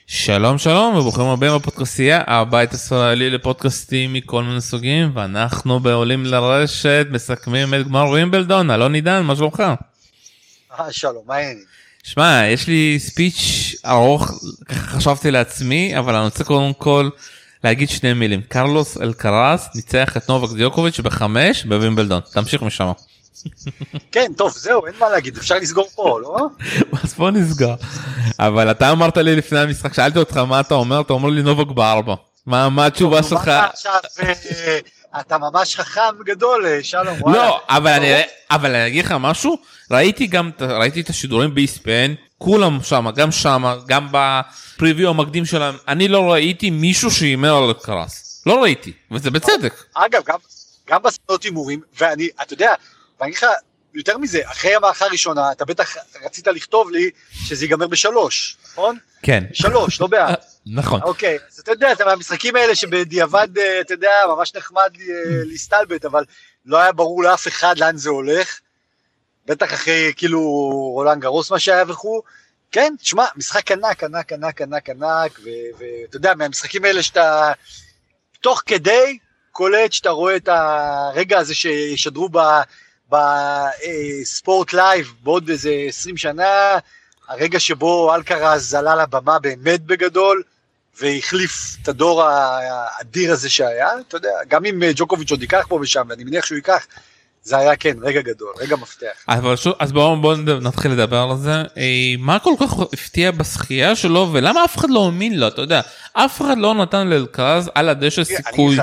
שלום שלום וברוכים הבאים בפודקאסטייה, הבית הישראלי לפודקאסטים מכל מיני סוגים, ואנחנו בעולים לרשת מסכמים את גמר ווימבלדון. אלון עידן, מה שלומך? שלום, מה העניינים? שמע, יש לי ספיץ' ארוך, ככה חשבתי לעצמי, אבל אני רוצה קודם כל להגיד שני מילים. קרלוס אלקרס ניצח את נובק דיוקוביץ' ב5 בווימבלדון. תמשיך משם. כן, טוב, זהו, אין מה להגיד, אפשר לסגור פה, לא? אז בוא נסגר. אבל אתה אמרת לי לפני המשחק, שאלתי אותך מה אתה אומר, אתה אומר לי נובק ב4. מה התשובה שלך? אתה ממש חכם גדול, שלום. לא, אבל אני אגיד לך משהו, ראיתי את השידורים ב-ESPN, כולם שם, גם בפריוויו המקדים שלהם, אני לא ראיתי מישהו שימר על אלקרס. לא ראיתי, וזה בצדק. אגב, גם בסדות הימורים, ואני, אתה יודע, ואני אגיד לך, יותר מזה, אחרי המערכה הראשונה, אתה בטח רצית לכתוב לי שזה ייגמר ב3, נכון? כן. 3, לא בעד. נכון. אוקיי, אז אתה יודע, זה מהמשחקים האלה שבדיעבד, אתה יודע, ממש נחמד להסתלבט, אבל לא היה ברור לאף אחד לאן זה הולך, בטח אחרי כאילו רולנד גרוס מה שהיה וכו', כן, תשמע, משחק ענק, ואתה יודע, מהמשחקים האלה שאתה, תוך כדי, קולט שאתה רואה את הרגע הזה שישדרו בספורט לייב בעוד איזה 20 שנה, הרגע שבו אלקרז עלה לבמה באמת בגדול, והחליף את הדור האדיר הזה שהיה, אתה יודע, גם אם ג'וקוביץ' עוד ייקח פה ושם, ואני מניח שהוא ייקח, זה היה כן, רגע גדול, רגע מפתח. אז בואו נתחיל לדבר על זה, מה כל כך הפתיע בשחייה שלו, ולמה אף אחד לא האמין לו, אתה יודע, אף אחד לא נתן לאלקרז על הדשא סיכוי.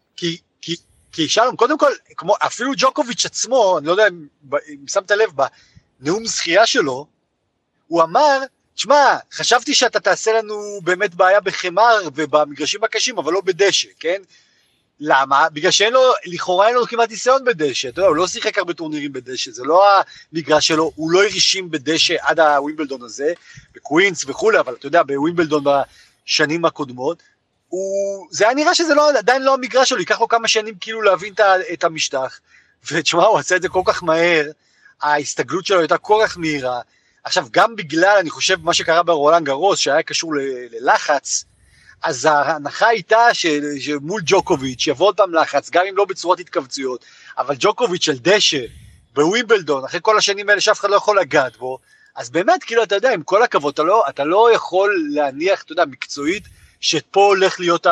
כי שלום, קודם כל, כמו אפילו ג'וקוביץ' עצמו, אני לא יודע אם שמת לב, בנאום שחייה שלו, הוא אמר, תשמע, חשבתי שאתה תעשה לנו באמת בעיה בחמר ובמגרשים הקשים, אבל לא בדשא, כן? למה? בגלל לכאורה אין לו כמעט ניסיון בדשא, אתה יודע, הוא לא שיחק הרבה טורנירים בדשא, זה לא המגרש שלו, הוא לא הרשים בדשא עד הווימבלדון הזה, בקווינס וכו', אבל אתה יודע, בווימבלדון בשנים הקודמות, זה היה נראה שזה עדיין לא המגרש שלו, ייקח לו כמה שנים כאילו להבין את המשטח, ותשמע, הוא עשה את זה כל כך מהר, ההסתגלות שלו הייתה כל כך מהירה, עכשיו גם בגלל, אני חושב, מה שקרה ברולנד גרוס, שהיה קשור ללחץ, אז ההנחה הייתה שמול ג'וקוביץ' יבוא אותם לחץ, גם אם לא בצורות התכווצויות, אבל ג'וקוביץ' על דשא, בווימבלדון, אחרי כל השנים האלה שאף אחד לא יכול לגעת בו, אז באמת, כאילו, אתה יודע, עם כל הכבוד, אתה לא יכול להניח, אתה יודע, מקצועית, שפה הולכת להיות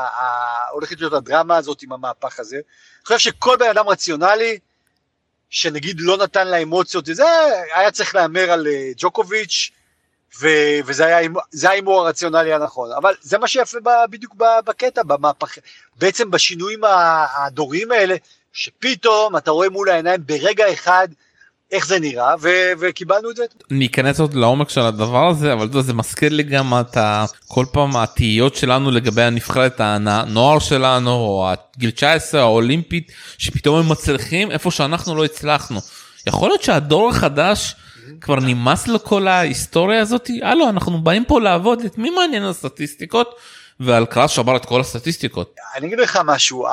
הדרמה הזאת עם המהפך הזה. אני חושב שכל בן אדם רציונלי, שנגיד לא נתן לה אמוציות, זה היה צריך לאמר על ג'וקוביץ', וזה היה האימור הרציונלי הנכון, אבל זה מה שיפה בדיוק בקטע, במהפך, בעצם בשינויים הדוריים האלה, שפתאום אתה רואה מול העיניים ברגע אחד, איך זה נראה, וקיבלנו את זה. אני אכנס עוד לעומק של הדבר הזה, אבל זה מזכיר לי גם כל פעם התהיות שלנו לגבי הנבחרת הנוער שלנו, או הגיל 19, האולימפית, שפתאום הם מצליחים איפה שאנחנו לא הצלחנו. יכול להיות שהדור החדש כבר נמאס לכל ההיסטוריה הזאת, הלו, אנחנו באים פה לעבוד, את מי מעניין הסטטיסטיקות, ואלקרס שבר את כל הסטטיסטיקות. אני אגיד לך משהו,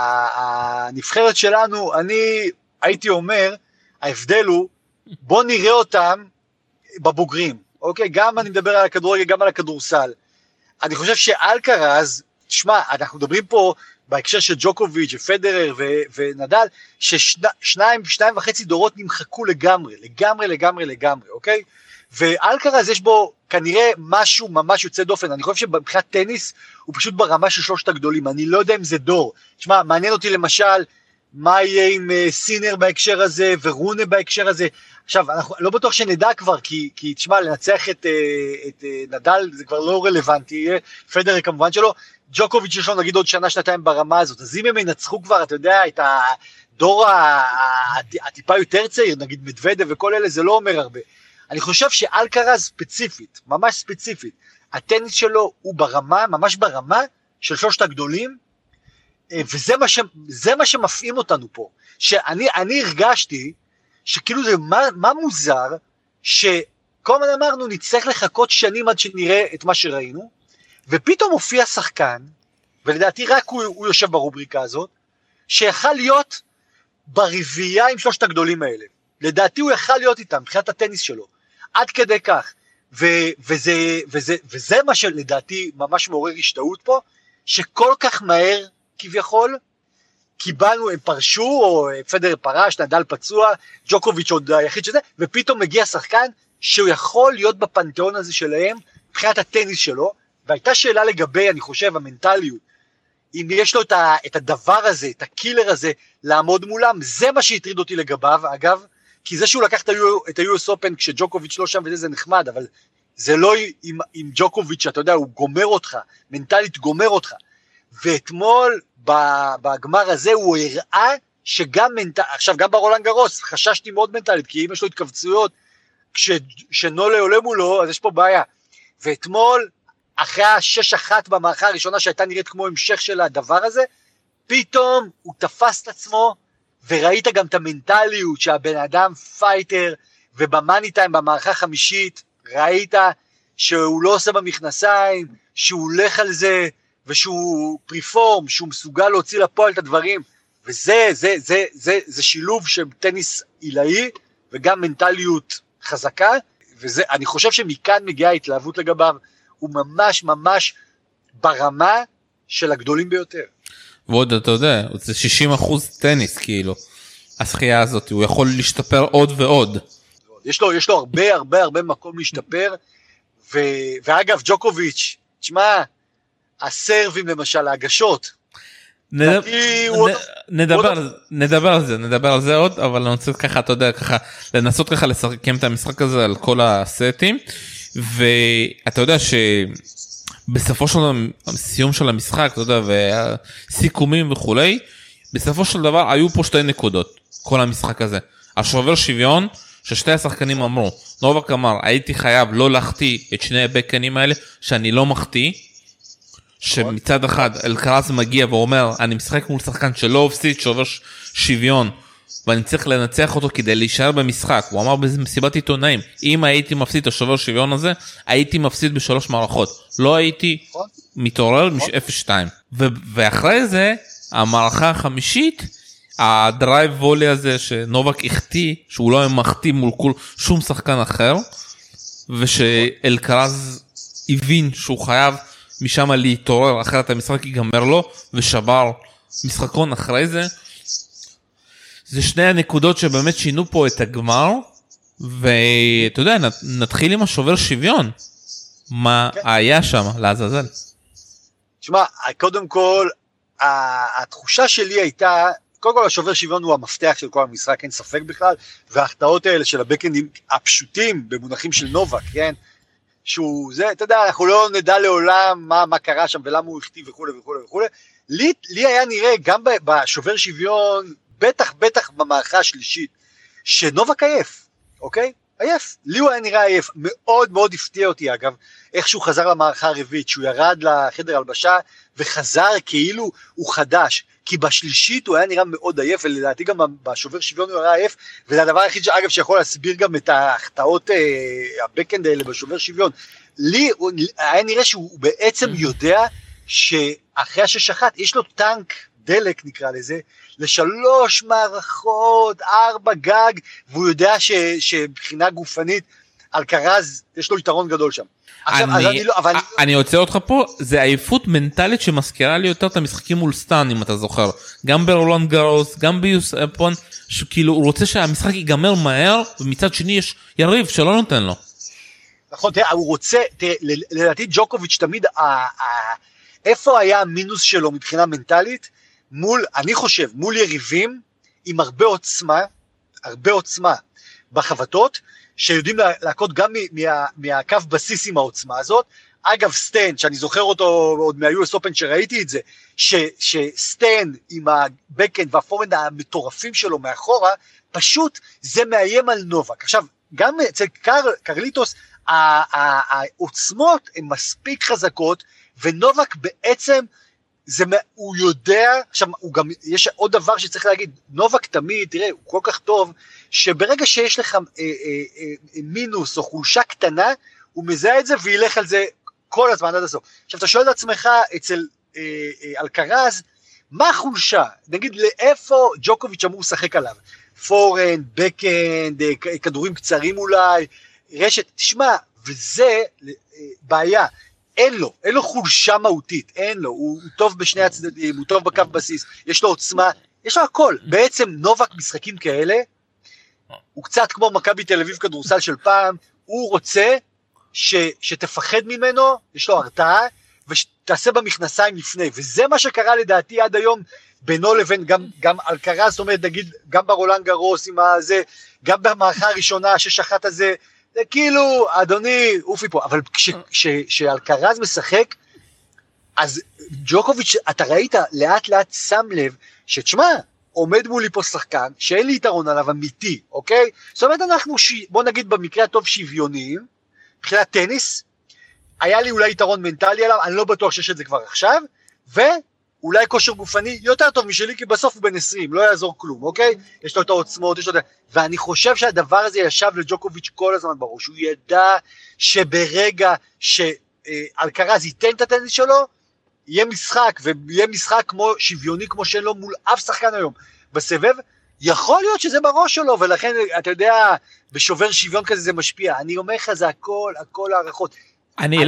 הנבחרת שלנו, אני הייתי אומר, ההבדל הוא, בוא נראה אותם בבוגרים, אוקיי? גם אני מדבר על הכדורגל, גם על הכדורסל. אני חושב שאלקרז, תשמע, אנחנו מדברים פה בהקשר של ג'וקוביץ' ופדרר ונדל, ששניים וחצי דורות נמחקו לגמרי, אוקיי? ואלקרז יש בו כנראה משהו ממש יוצא דופן, אני חושב שבבחינת טניס הוא פשוט ברמה של שלושת הגדולים, אני לא יודע אם זה דור. תשמע, מעניין אותי למשל, מה יהיה עם סינר בהקשר הזה, ורונה בהקשר הזה. עכשיו, אנחנו לא בטוח שנדע כבר, כי תשמע, לנצח את נדל זה כבר לא רלוונטי, פדרר כמובן שלא, ג'וקוביץ' יש לו נגיד עוד שנה, שנתיים ברמה הזאת, אז אם הם ינצחו כבר, אתה יודע, את הדור הטיפה יותר צעיר, נגיד מדוודב וכל אלה, זה לא אומר הרבה. אני חושב שאלקרז ספציפית, ממש ספציפית, הטניס שלו הוא ברמה, ממש ברמה של שלושת הגדולים, וזה מה שמפעים אותנו פה, שאני הרגשתי, שכאילו זה מה מוזר, שכל הזמן אמרנו נצטרך לחכות שנים עד שנראה את מה שראינו, ופתאום הופיע שחקן, ולדעתי רק הוא יושב ברובריקה הזאת, שיכל להיות ברביעייה עם שלושת הגדולים האלה, לדעתי הוא יכל להיות איתם, מבחינת הטניס שלו, עד כדי כך, וזה מה שלדעתי ממש מעורר השתאות פה, שכל כך מהר כביכול, קיבלנו, הם פרשו, או פדר פרש, נדל פצוע, ג'וקוביץ' עוד היחיד שזה, ופתאום מגיע שחקן שהוא יכול להיות בפנתיאון הזה שלהם, מבחינת הטניס שלו, והייתה שאלה לגבי, אני חושב, המנטליות, אם יש לו את הדבר הזה, את הקילר הזה, לעמוד מולם, זה מה שהטריד אותי לגביו, אגב, כי זה שהוא לקח את ה-US Open כשג'וקוביץ' לא שם וזה, זה נחמד, אבל זה לא עם ג'וקוביץ', אתה יודע, הוא גומר אותך, מנטלית גומר אותך, ואתמול בגמר הזה הוא הראה שגם עכשיו גם ברולנד גרוס, חששתי מאוד מנטלית, כי אם יש לו התכווצויות, כשנולה עולה מולו, אז יש פה בעיה, ואתמול, אחרי ה6-1 במערכה הראשונה שהייתה נראית כמו המשך של הדבר הזה, פתאום הוא תפס את עצמו, וראית גם את המנטליות שהבן אדם פייטר, ובמאני טיים במערכה חמישית, ראית שהוא לא עושה במכנסיים, שהוא הולך על זה, ושהוא פריפורם, שהוא מסוגל להוציא לפועל את הדברים, וזה שילוב של טניס עילאי, וגם מנטליות חזקה, ואני חושב שמכאן מגיעה התלהבות לגביו, הוא ממש ממש ברמה של הגדולים ביותר. ועוד אתה יודע, זה 60% טניס כאילו, השחייה הזאת, הוא יכול להשתפר עוד ועוד. יש לו הרבה מקום להשתפר, ואגב ג'וקוביץ', תשמע, הסרבים למשל, ההגשות, נדבר על זה עוד, אבל אני רוצה ככה, אתה יודע, ככה, לנסות ככה לסכם את המשחק הזה על כל הסטים, ואתה יודע שבסופו של הסיום של המשחק, אתה יודע, והסיכומים וכולי, בסופו של דבר היו פה שתי נקודות, כל המשחק הזה. השובר שוויון, ששתי השחקנים אמרו, נובק אמר, הייתי חייב לא להחטיא את שני הבקנים האלה, שאני לא מחטיא, שמצד אחד אלקרז מגיע ואומר, אני משחק מול שחקן שלא הפסיד שובר שוויון, ואני צריך לנצח אותו כדי להישאר במשחק. הוא אמר במסיבת עיתונאים, אם הייתי מפסיד את השובר שוויון הזה, הייתי מפסיד בשלוש מערכות, לא הייתי מתעורר מ-0-2. ואחרי זה, המערכה החמישית, הדרייב וולי הזה שנובק החטיא, שהוא לא מחטיא מול שום שחקן אחר, ושאלקרז הבין שהוא חייב משם להתעורר, אחרת המשחק ייגמר לו, ושבר משחקון אחרי זה. זה שני הנקודות שבאמת שינו פה את הגמר, ואתה יודע, נתחיל עם השובר שוויון. מה היה שם, לעזאזל? תשמע, קודם כל, התחושה שלי הייתה, קודם כל השובר שוויון הוא המפתח של כל המשחק, אין ספק בכלל, וההחטאות האלה של הבקאנדים הפשוטים, במונחים של נובק, כן? שהוא זה, אתה יודע, אנחנו לא נדע לעולם מה קרה שם ולמה הוא הכתיב וכו' וכו' וכו'. לי היה נראה גם בשובר שוויון, בטח במערכה השלישית, שנובק עייף, אוקיי? עייף. לי הוא היה נראה עייף, מאוד מאוד הפתיע אותי אגב, איך שהוא חזר למערכה הרביעית, שהוא ירד לחדר הלבשה וחזר כאילו הוא חדש, כי בשלישית הוא היה נראה מאוד עייף, ולדעתי גם בשובר שוויון הוא היה עייף, וזה הדבר היחיד אגב שיכול להסביר גם את ההחטאות הבקאנד האלה בשובר שוויון. לי היה נראה שהוא בעצם יודע שאחרי ה6-1 יש לו טנק דלק נקרא לזה, לשלוש מערכות, 4 גג, והוא יודע שבחינה גופנית, אלקרז יש לו יתרון גדול שם. אני רוצה אותך פה, זה עייפות מנטלית שמזכירה לי יותר את המשחקים מול סטן, אם אתה זוכר, גם ברולנד גרוס, גם ביוס אפון, שכאילו הוא רוצה שהמשחק ייגמר מהר, ומצד שני יש יריב שלא נותן לו. נכון, תראה, הוא רוצה, לדעתי ג'וקוביץ' תמיד, איפה היה המינוס שלו מבחינה מנטלית, אני חושב, מול יריבים, עם הרבה עוצמה בחבטות, שיודעים להכות גם מהקו בסיס עם העוצמה הזאת. אגב סטן, שאני זוכר אותו עוד מה-US Open שראיתי את זה, שסטן עם הבקאנד והפורנד המטורפים שלו מאחורה, פשוט זה מאיים על נובק. עכשיו, גם אצל קרליטוס, העוצמות הן מספיק חזקות, ונובק בעצם, הוא יודע, עכשיו יש עוד דבר שצריך להגיד, נובק תמיד, תראה, הוא כל כך טוב, שברגע שיש לך מינוס או חולשה קטנה, הוא מזהה את זה וילך על זה כל הזמן עד הסוף. עכשיו אתה שואל את עצמך אצל אלקרז, מה החולשה? נגיד לאיפה ג'וקוביץ' אמור לשחק עליו? פורנד, בקאנד, כדורים קצרים אולי, רשת, תשמע, וזה בעיה. אין לו חולשה מהותית, אין לו, הוא טוב בשני הצדדים, הוא טוב בקו בסיס, יש לו עוצמה, יש לו הכל. בעצם נובק משחקים כאלה, הוא קצת כמו מכבי תל אביב כדורסל של פעם, הוא רוצה שתפחד ממנו, יש לו הרתעה, ושתעשה במכנסיים לפני, וזה מה שקרה לדעתי עד היום, בינו לבין גם אלקרז, זאת אומרת, נגיד, גם ברולנד גרוס עם הזה, גם במערכה הראשונה, ששחט הזה, זה כאילו, אדוני, אופי פה, אבל כשאלקרז משחק, אז ג'וקוביץ', אתה ראית, לאט לאט שם לב, שתשמע, עומד מולי פה שחקן, שאין לי יתרון עליו אמיתי, אוקיי? זאת אומרת, אנחנו, בוא נגיד במקרה הטוב שוויוניים, מבחינת טניס, היה לי אולי יתרון מנטלי עליו, אני לא בטוח שיש את זה כבר עכשיו, ואולי כושר גופני יותר טוב משלי, כי בסוף הוא בן 20, לא יעזור כלום, אוקיי? יש לו את העוצמות, יש לו את... ואני חושב שהדבר הזה ישב לג'וקוביץ' כל הזמן בראש, הוא ידע שברגע שאלקרז ייתן את הטניס שלו, יהיה משחק, ויהיה משחק כמו שוויוני, כמו שאין לו מול אף שחקן היום בסבב, יכול להיות שזה בראש שלו, ולכן, אתה יודע, בשובר שוויון כזה זה משפיע. אני אומר לך, זה הכל הערכות. אני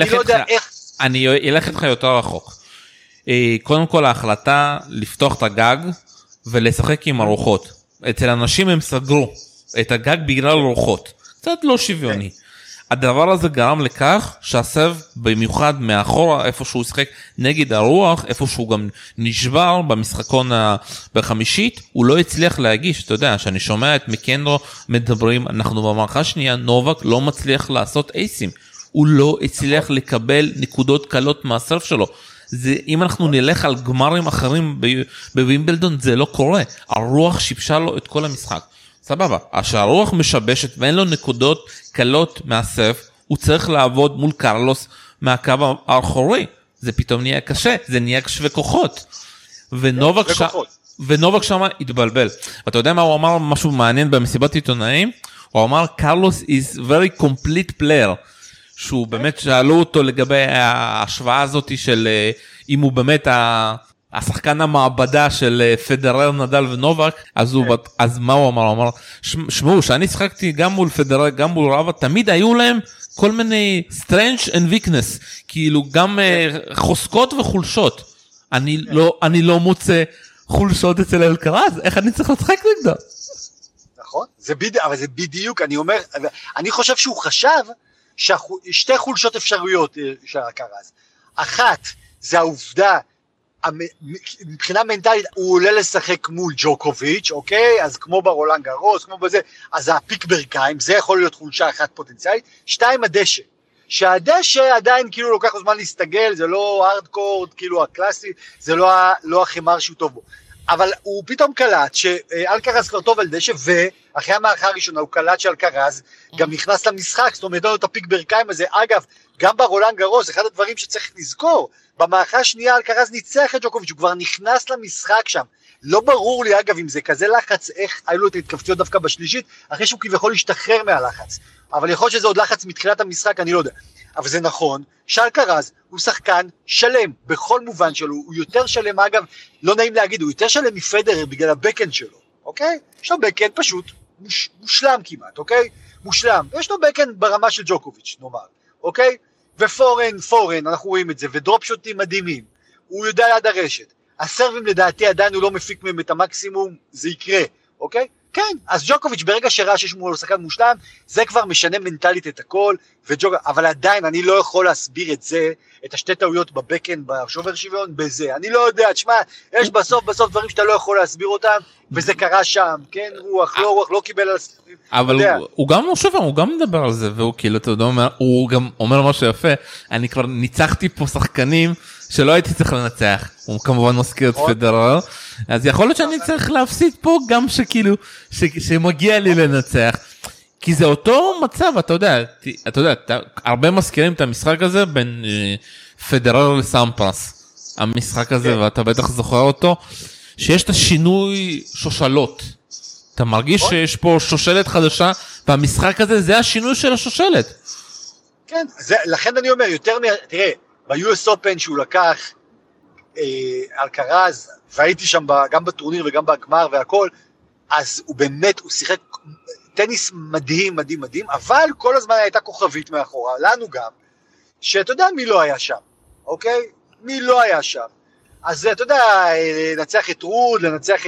אלך איתך יותר רחוק. קודם כל, ההחלטה לפתוח את הגג, ולשחק עם הרוחות. אצל אנשים הם סגרו את הגג בגלל רוחות. קצת לא שוויוני. הדבר הזה גרם לכך שהסב במיוחד מאחורה, איפה שהוא שחק נגד הרוח, איפה שהוא גם נשבר במשחקון בחמישית, הוא לא הצליח להגיש. אתה יודע, שאני שומע את מקנדרו מדברים, אנחנו במערכה שנייה, נובק לא מצליח לעשות אייסים. הוא לא הצליח לקבל נקודות קלות מהסרף שלו. זה, אם אנחנו נלך על גמרים אחרים בווימבלדון, זה לא קורה. הרוח שיבשה לו את כל המשחק. סבבה, כשהרוח משבשת ואין לו נקודות קלות מהסף, הוא צריך לעבוד מול קרלוס מהקו האחורי. זה פתאום נהיה קשה, זה נהיה שווה כוחות. ונובק שם התבלבל. ואתה יודע מה הוא אמר? משהו מעניין במסיבת עיתונאים? הוא אמר, קרלוס is very complete player. שהוא באמת שאלו אותו לגבי ההשוואה הזאת של אם הוא באמת השחקן המעבדה של פדרר, נדל ונובק, אז מה הוא אמר? הוא אמר, שמעו, שאני שחקתי גם מול פדרר, גם מול רבא, תמיד היו להם כל מיני strength and weakness, כאילו גם חוזקות וחולשות. אני לא מוצא חולשות אצל אלקרז, איך אני צריך לשחק נגדו? נכון, אבל זה בדיוק, אני חושב שהוא חשב, שתי חולשות אפשרויות של אלקרז. אחת, זה העובדה, מבחינה מנטלית, הוא עולה לשחק מול ג'וקוביץ', אוקיי? אז כמו ברולנד גרוס, כמו בזה, אז הפיק ברכיים, זה יכול להיות חולשה אחת פוטנציאלית. שתיים, הדשא. שהדשא עדיין כאילו לוקח זמן להסתגל, זה לא הארדקורד, כאילו הקלאסי, זה לא החמר שהוא טוב בו. אבל הוא פתאום קלט שאלקרז כבר טוב על דשא, ואחרי המערכה הראשונה הוא קלט שאלקרז גם נכנס למשחק, זאת אומרת, את הפיק ברכיים הזה. אגב, גם ברולנד גרוס, אחד הדברים שצריך לזכור, במערכה השנייה אלקרז ניצח את ג'וקוביץ', הוא כבר נכנס למשחק שם. לא ברור לי, אגב, אם זה כזה לחץ, איך היו לו את ההתכווצויות דווקא בשלישית, אחרי שהוא כביכול להשתחרר מהלחץ. אבל יכול להיות שזה עוד לחץ מתחילת המשחק, אני לא יודע. אבל זה נכון, שאלקרז הוא שחקן שלם, בכל מובן שלו, הוא יותר שלם, אגב, לא נעים להגיד, הוא יותר שלם מפדרר בגלל הבקאנד שלו, אוקיי? יש לו בקאנד פשוט מושלם כמעט, אוקיי? מושלם. יש לו בקאנד ברמה של ג'וקוביץ', נאמר, אוקיי? ופורן, אנחנו רואים את זה, ודרופ שוטים מדהימים, הוא יודע ליד הרשת. הסרבים לדעתי עדיין הוא לא מפיק מהם את המקסימום, זה יקרה, אוקיי? כן, אז ג'וקוביץ' ברגע שראה שיש מולו שחקן מושלם, זה כבר משנה מנטלית את הכל, אבל עדיין אני לא יכול להסביר את זה, את השתי טעויות בבקאנד, בשובר שוויון, בזה. אני לא יודע, תשמע, יש בסוף דברים שאתה לא יכול להסביר אותם, וזה קרה שם, כן, רוח, לא קיבל על הסרבים. אבל הוא גם שוב, הוא גם מדבר על זה, והוא כאילו, אתה יודע, הוא גם אומר משהו יפה, אני כבר ניצחתי פה שחקנים, שלא הייתי צריך לנצח, הוא כמובן מזכיר את פדרר, אז יכול להיות שאני צריך להפסיד פה גם שכאילו, שמגיע לי לנצח, כי זה אותו מצב, אתה יודע, הרבה מזכירים את המשחק הזה בין פדרר לסמפרס, המשחק הזה, ואתה בטח זוכר אותו, שיש את השינוי שושלות, אתה מרגיש שיש פה שושלת חדשה, והמשחק הזה זה השינוי של השושלת. כן, לכן אני אומר, תראה, ב-US Open שהוא לקח אלקרז, והייתי שם גם בטורניר וגם בגמר והכל, אז הוא באמת, הוא שיחק טניס מדהים, מדהים, מדהים, אבל כל הזמן הייתה כוכבית מאחורה, לנו גם, שאתה יודע מי לא היה שם, אוקיי? מי לא היה שם. אז אתה יודע, לנצח את רוד, לנצח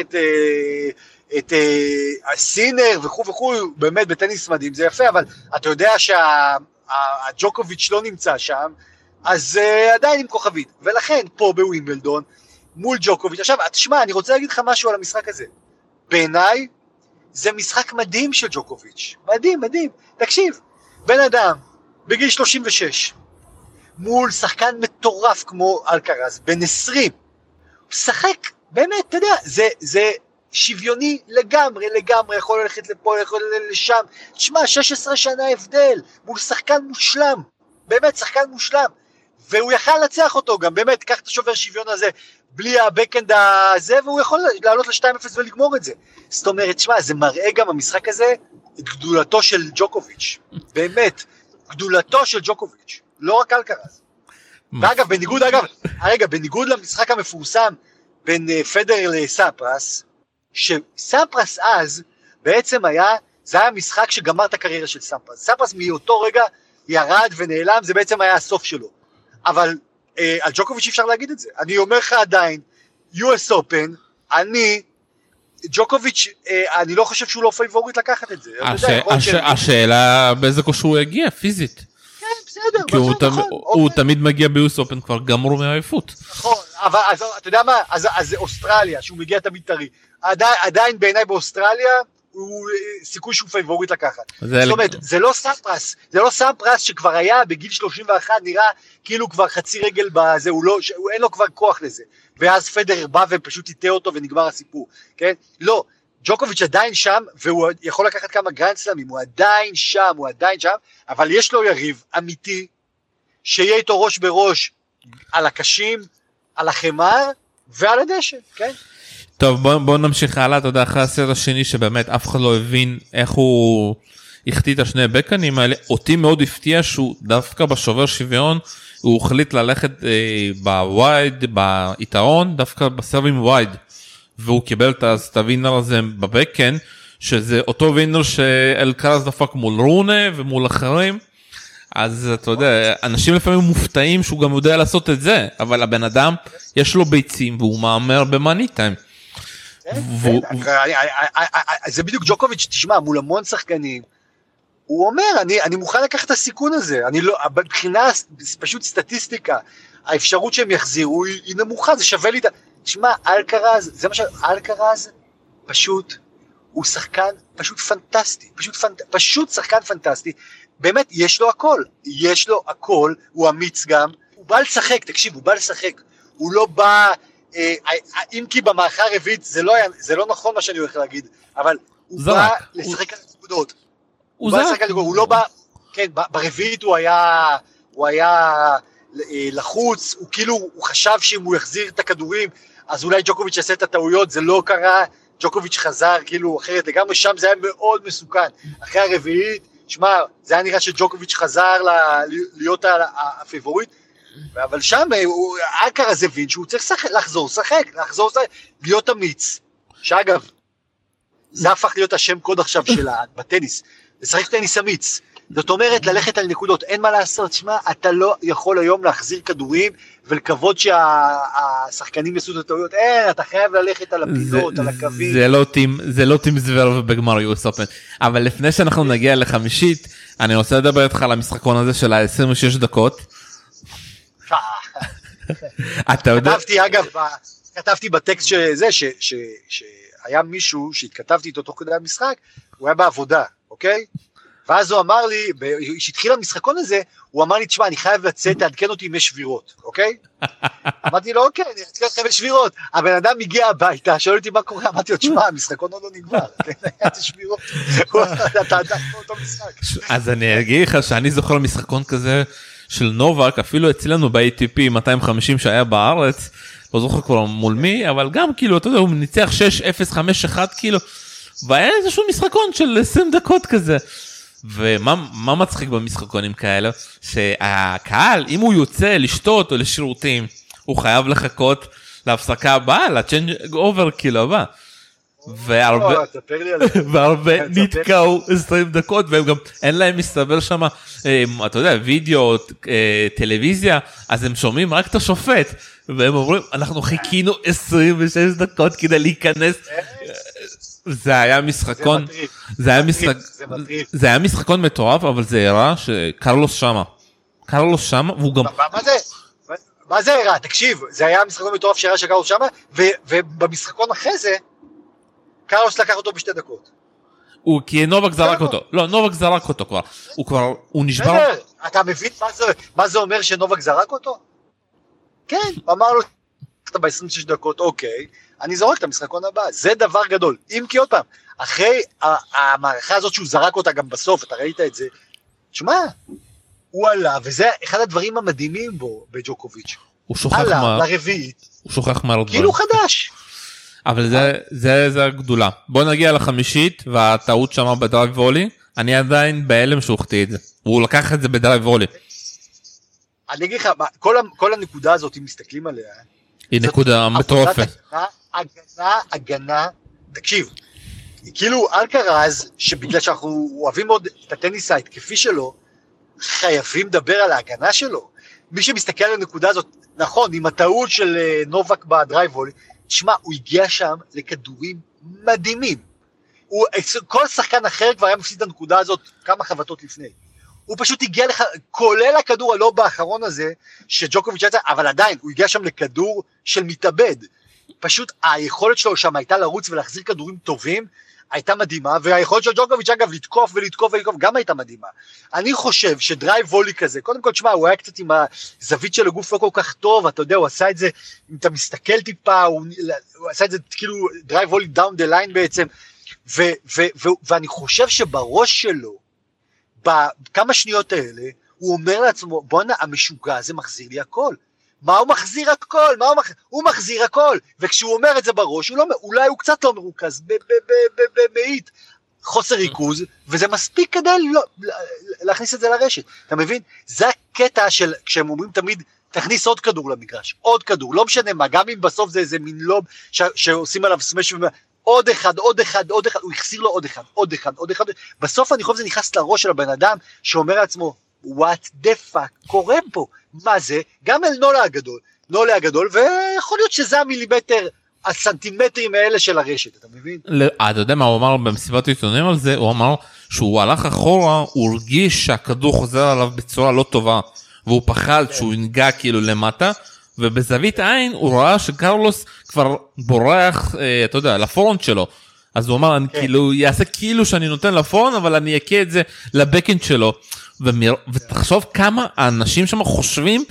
את סינר וכו' וכו', באמת בטניס מדהים, זה יפה, אבל אתה יודע שהג'וקוביץ' לא נמצא שם, אז עדיין עם כוכבית, ולכן פה בווימבלדון, מול ג'וקוביץ', עכשיו, תשמע, אני רוצה להגיד לך משהו על המשחק הזה, בעיניי, זה משחק מדהים של ג'וקוביץ', מדהים, מדהים, תקשיב, בן אדם, בגיל 36, מול שחקן מטורף כמו אלקרז, בן 20, שחק, באמת, אתה יודע, זה שוויוני לגמרי, לגמרי, יכול ללכת לפה, יכול ללכת לשם, תשמע, 16 שנה הבדל, מול שחקן מושלם, באמת שחקן מושלם, והוא יכל לנצח אותו גם, באמת, קח את השובר שוויון הזה, בלי הבקאנד הזה, והוא יכול לעלות ל-2-0 ולגמור את זה. זאת אומרת, תשמע, זה מראה גם המשחק הזה, את גדולתו של ג'וקוביץ', באמת, גדולתו של ג'וקוביץ', לא רק אלקרז. ואגב, בניגוד למשחק המפורסם בין פדר לסמפרס, שסמפרס אז בעצם זה היה משחק שגמר את הקריירה של סמפרס. סמפרס מאותו רגע ירד ונעלם, זה בעצם היה הסוף שלו. אבל על ג'וקוביץ' אפשר להגיד את זה. אני אומר לך עדיין, US Open, ג'וקוביץ', אני לא חושב שהוא לא פייבוריט לקחת את זה. השאלה באיזה כושר הוא הגיע, פיזית. בסדר, כי הוא תמיד מגיע ביוס אופן כבר גמור מהעייפות. נכון, אבל אתה יודע מה, אז זה אוסטרליה, שהוא מגיע תמיד טרי. עדיין בעיניי באוסטרליה, הוא סיכוי שהוא פייבוריט לקחת. זאת אומרת, זה לא סמפרס שכבר היה בגיל 31, נראה כאילו כבר חצי רגל בזה, אין לו כבר כוח לזה. ואז פדר בא ופשוט איתה אותו ונגמר הסיפור, כן? לא. ג'וקוביץ' עדיין שם, והוא יכול לקחת כמה גרנד סלאמים, הוא עדיין שם, אבל יש לו יריב אמיתי, שיהיה איתו ראש בראש על הקשים, על החמר, ועל הדשא, כן? טוב, בוא נמשיך הלאה, אתה יודע, אחרי הסרט השני, שבאמת אף אחד לא הבין איך הוא החטיא את השני בקנים האלה, אותי מאוד הפתיע שהוא דווקא בשובר שוויון, הוא החליט ללכת בווייד, ביתרון, דווקא בסרבים ווייד, והוא קיבל את הווינר הזה בבקן, שזה אותו וינר שאלקרז דפק מול רונה ומול אחרים, אז אתה יודע, אנשים לפעמים מופתעים שהוא גם יודע לעשות את זה, אבל הבן אדם יש לו ביצים והוא מאמר במאני טיים. זה בדיוק ג'וקוביץ', תשמע, מול המון שחקנים, הוא אומר, אני מוכן לקחת את הסיכון הזה, מבחינה פשוט סטטיסטיקה, האפשרות שהם יחזירו היא נמוכה, זה שווה לי את... תשמע, אלקרז, זה מה אלקרז פשוט, הוא שחקן פשוט פנטסטי, פשוט שחקן פנטסטי, באמת יש לו הכל, הוא אמיץ גם, הוא בא לשחק, תקשיב, הוא בא לשחק, הוא לא בא, אם כי במערכה הרביעית, זה לא נכון מה שאני הולך להגיד, אבל הוא בא לשחק על נקודות, הוא לא בא, כן, ברביעית הוא היה לחוץ, הוא כאילו, הוא חשב שאם הוא יחזיר את הכדורים, אז אולי ג'וקוביץ' יעשה את הטעויות, זה לא קרה, ג'וקוביץ' חזר כאילו אחרת לגמרי, שם זה היה מאוד מסוכן, אחרי הרביעית, שמע, זה היה נראה שג'וקוביץ' חזר להיות הפייבוריט, אבל שם אלקרז הבין שהוא צריך לחזור, להיות אמיץ, שאגב, זה הפך להיות השם קוד עכשיו בטניס, לשחק טניס אמיץ, זאת אומרת, ללכת על נקודות, אין מה לעשות, שמה, אתה לא יכול היום להחזיר כדורים, ולכבוד שהשחקנים יעשו את הטעויות, אין, אתה חייב ללכת על הפינות, על הקווים. זה לא טים זוורב בגמר US Open, אבל לפני שאנחנו נגיע לחמישית, אני רוצה לדבר איתך על המשחקון הזה של ה-26 דקות. אתה יודע... כתבתי בטקסט שזה, שהיה מישהו שהתכתבתי איתו תוך כדי המשחק, הוא היה בעבודה, אוקיי? ואז הוא אמר לי, כשהתחיל המשחקון הזה, הוא אמר לי, תשמע, אני חייב לצאת, תעדכן אותי אם יש שבירות, אוקיי? אמרתי לו, אוקיי, אני אעדכן אותך אם יש שבירות. הבן אדם הגיע הביתה, שואל אותי מה קורה, אמרתי לו, תשמע, המשחקון עוד לא נגמר, היה את השבירות, אתה עדיין אותו משחק. אז אני אגיד לך שאני זוכר משחקון כזה של נובק, אפילו אצלנו ב-ATP 250 שהיה בארץ, לא זוכר כבר מול מי, אבל גם כאילו, אתה יודע, הוא ניצח 6-0-5-1 כאילו, והיה איזשהו משחקון של 20 דקות כזה. ומה מצחיק במשחקונים כאלה? שהקהל, אם הוא יוצא לשתות או לשירותים, הוא חייב לחכות להפסקה הבאה, לצ'יינג אובר כאילו הבא. והרבה נתקעו 20 דקות, והם גם אין להם מסתבר שם, אתה יודע, וידאו, טלוויזיה, אז הם שומעים רק את השופט, והם אומרים, אנחנו חיכינו 26 דקות כדי להיכנס. זה היה משחקון, זה היה משחקון מטורף, אבל זה הראה שקרלוס שמה, והוא גם... מה זה הראה? תקשיב, זה היה משחקון מטורף שהראה שקרלוס שמה, ובמשחקון אחרי זה, קרלוס לקח אותו בשתי דקות. כי נובק זרק אותו. לא, נובק זרק אותו כבר. הוא נשבר. אתה מבין מה זה אומר שנובק זרק אותו? כן, אמר לו, אתה ב-26 דקות, אוקיי, אני זורק את המשחקון הבא. זה דבר גדול. אם כי עוד פעם, אחרי המערכה הזאת שהוא זרק אותה גם בסוף, אתה ראית את זה, תשמע, הוא עלה, וזה אחד הדברים המדהימים בו, בג'וקוביץ'. הוא שוכח עלה לרביעית. הוא שוכח מה... כאילו חדש. אבל זה הגדולה. בוא נגיע לחמישית, והטעות שמה בדרייב וולי, אני עדיין בהלם שהוא החטיא את זה. הוא לקח את זה בדרייב וולי. אני אגיד לך, כל הנקודה הזאת, אם מסתכלים עליה, היא נקודה מטורפת. הגנה, תקשיב, כאילו אלקרז, שבגלל שאנחנו אוהבים מאוד את הטניס ההתקפי שלו, חייבים לדבר על ההגנה שלו. מי שמסתכל על הנקודה הזאת, נכון, עם הטעות של נובק בדרייב וולי, תשמע, הוא הגיע שם לכדורים מדהימים. כל שחקן אחר כבר היה מפסיד את הנקודה הזאת כמה חבטות לפני. הוא פשוט הגיע לך, כולל הכדור הלא באחרון הזה, שג'וקוביץ' יצא, אבל עדיין, הוא הגיע שם לכדור של מתאבד. פשוט היכולת שלו שם הייתה לרוץ ולהחזיר כדורים טובים, הייתה מדהימה, והיכולת של ג'וקוביץ' אגב לתקוף ולתקוף ולתקוף, גם הייתה מדהימה. אני חושב שדרייב וולי כזה, קודם כל תשמע, הוא היה קצת עם הזווית של הגוף לא כל כך טוב, אתה יודע, הוא עשה את זה, אם אתה מסתכל טיפה, הוא עשה את זה כאילו דרייב וולי דאון דה ליין בעצם, ואני חושב שבראש שלו, בכמה שניות האלה, הוא אומר לעצמו, בוא'נה, המשוגע הזה מחזיר לי הכל. מה הוא מחזיר הכל? הוא מחזיר הכל. וכשהוא אומר את זה בראש, אולי הוא קצת לא מרוכז, במאית חוסר ריכוז, וזה מספיק כדי להכניס את זה לרשת. אתה מבין? זה הקטע של, כשהם אומרים תמיד, תכניס עוד כדור למגרש, עוד כדור, לא משנה מה, גם אם בסוף זה איזה מין לוב, שעושים עליו סמש עוד אחד, הוא החסיר לו עוד אחד, בסוף אני חושב זה נכנס לראש של הבן אדם, שאומר לעצמו, what the fuck קורה פה? מה זה? גם אל נולה הגדול, ויכול להיות שזה המילימטר, הסנטימטרים האלה של הרשת, אתה מבין? אתה יודע מה הוא אמר במסיבת עיתונאים על זה? הוא אמר שהוא הלך אחורה, הוא הרגיש שהכדור חוזר עליו בצורה לא טובה, והוא פחד שהוא ינגע כאילו למטה, ובזווית עין הוא ראה שקרלוס כבר בורח, אתה יודע, לפורנט שלו. אז הוא אמר, אני כאילו, יעשה כאילו שאני נותן לפורנט, אבל אני אקה את זה לבקנד שלו. ותחשוב כמה האנשים שם חושבים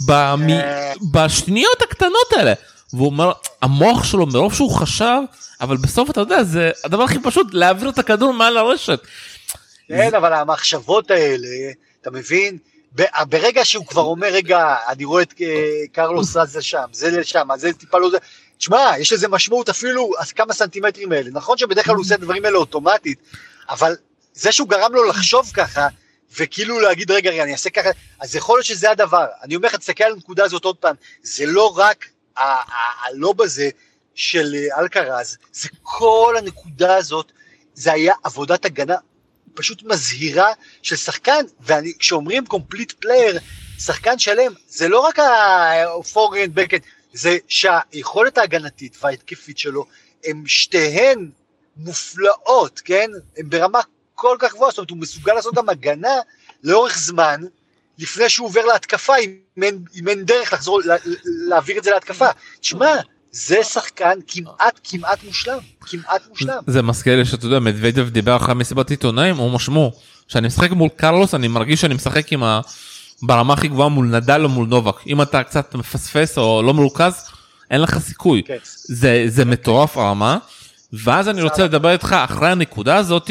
בשניות הקטנות האלה. והוא אומר, המוח שלו מרוב שהוא חשב, אבל בסוף אתה יודע, זה הדבר הכי פשוט, להעביר את הכדור מעל הרשת. כן, אבל המחשבות האלה, אתה מבין? ברגע שהוא כבר אומר, רגע, אני רואה את קרלוס רז לשם, זה לשם, זה טיפה לא זה, תשמע, יש לזה משמעות אפילו כמה סנטימטרים האלה, נכון שבדרך כלל הוא עושה את הדברים האלה אוטומטית, אבל זה שהוא גרם לו לחשוב ככה, וכאילו להגיד, רגע, אני אעשה ככה, אז יכול להיות שזה הדבר, אני אומר לך, תסתכל על הנקודה הזאת עוד פעם, זה לא רק הלוב הזה של אלקרז, זה כל הנקודה הזאת, זה היה עבודת הגנה, פשוט מזהירה של שחקן, וכשאומרים complete player, שחקן שלם, זה לא רק הפורנד בקנד, זה שהיכולת ההגנתית וההתקפית שלו, הם שתיהן מופלאות, כן? הם ברמה כל כך גבוהה, זאת אומרת, הוא מסוגל לעשות גם הגנה לאורך זמן, לפני שהוא עובר להתקפה, אם אין דרך לחזור, להעביר את זה להתקפה. תשמע, זה שחקן כמעט מושלם, זה מזכיר לי שאתה יודע, מדוודב דיבר אחרי מסיבת עיתונאים, הוא משמעו, שאני משחק מול קרלוס, אני מרגיש שאני משחק ברמה הכי גבוהה מול נדל או מול נובק, אם אתה קצת מפספס או לא מרוכז, אין לך סיכוי, זה מטורף הרמה, ואז אני רוצה לדבר איתך, אחרי הנקודה הזאת,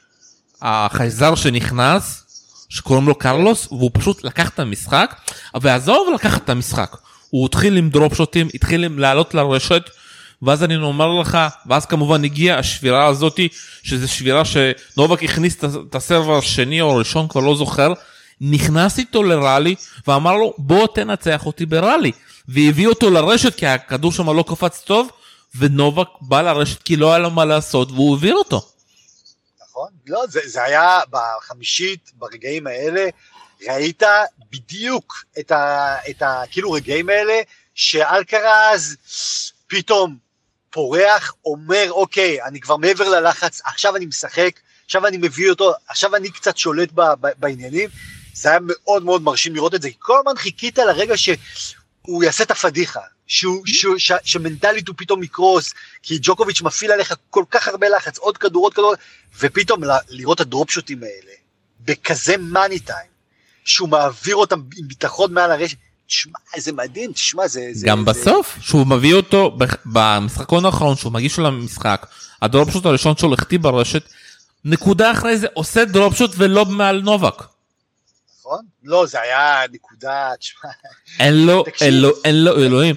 החייזר שנכנס, שקוראים לו קרלוס, והוא פשוט לקח את המשחק, ועזוב לקחת את המשחק, הוא התחיל עם דרופ שוטים, התחיל לעלות לרשת, ואז אני אומר לך, ואז כמובן הגיעה השבירה הזאת, שזו שבירה שנובק הכניס את הסרבר השני או הראשון, כבר לא זוכר, נכנס איתו לראלי, ואמר לו, בוא תנצח אותי בראלי, והביא אותו לרשת, כי הכדור שם לא קפץ טוב, ונובק בא לרשת כי לא היה לו מה לעשות, והוא העביר אותו. נכון? לא, זה היה בחמישית, ברגעים האלה, ראית בדיוק את כאילו רגעים האלה, שאלקרז פתאום פורח, אומר, אוקיי, אני כבר מעבר ללחץ, עכשיו אני משחק, עכשיו אני מביא אותו, עכשיו אני קצת שולט בעניינים, זה היה מאוד מאוד מרשים לראות את זה, כל הזמן חיכית לרגע שהוא יעשה את הפדיחה, שמנטלית הוא פתאום יקרוס, כי ג'וקוביץ' מפעיל עליך כל כך הרבה לחץ, עוד כדור, ופתאום לראות את הדרופשוטים האלה, בכזה מאני טיים, שהוא מעביר אותם עם ביטחון מעל הרשת, תשמע, איזה מדהים, תשמע, זה... גם בסוף, שהוא מביא אותו, במשחקון האחרון, שהוא מגיש לו למשחק, הדרופשוט הראשון שלו החטיא ברשת, נקודה אחרי זה, עושה דרופשוט ולא מעל נובק. נכון? לא, זה היה נקודה, תשמע... אין לו אלוהים.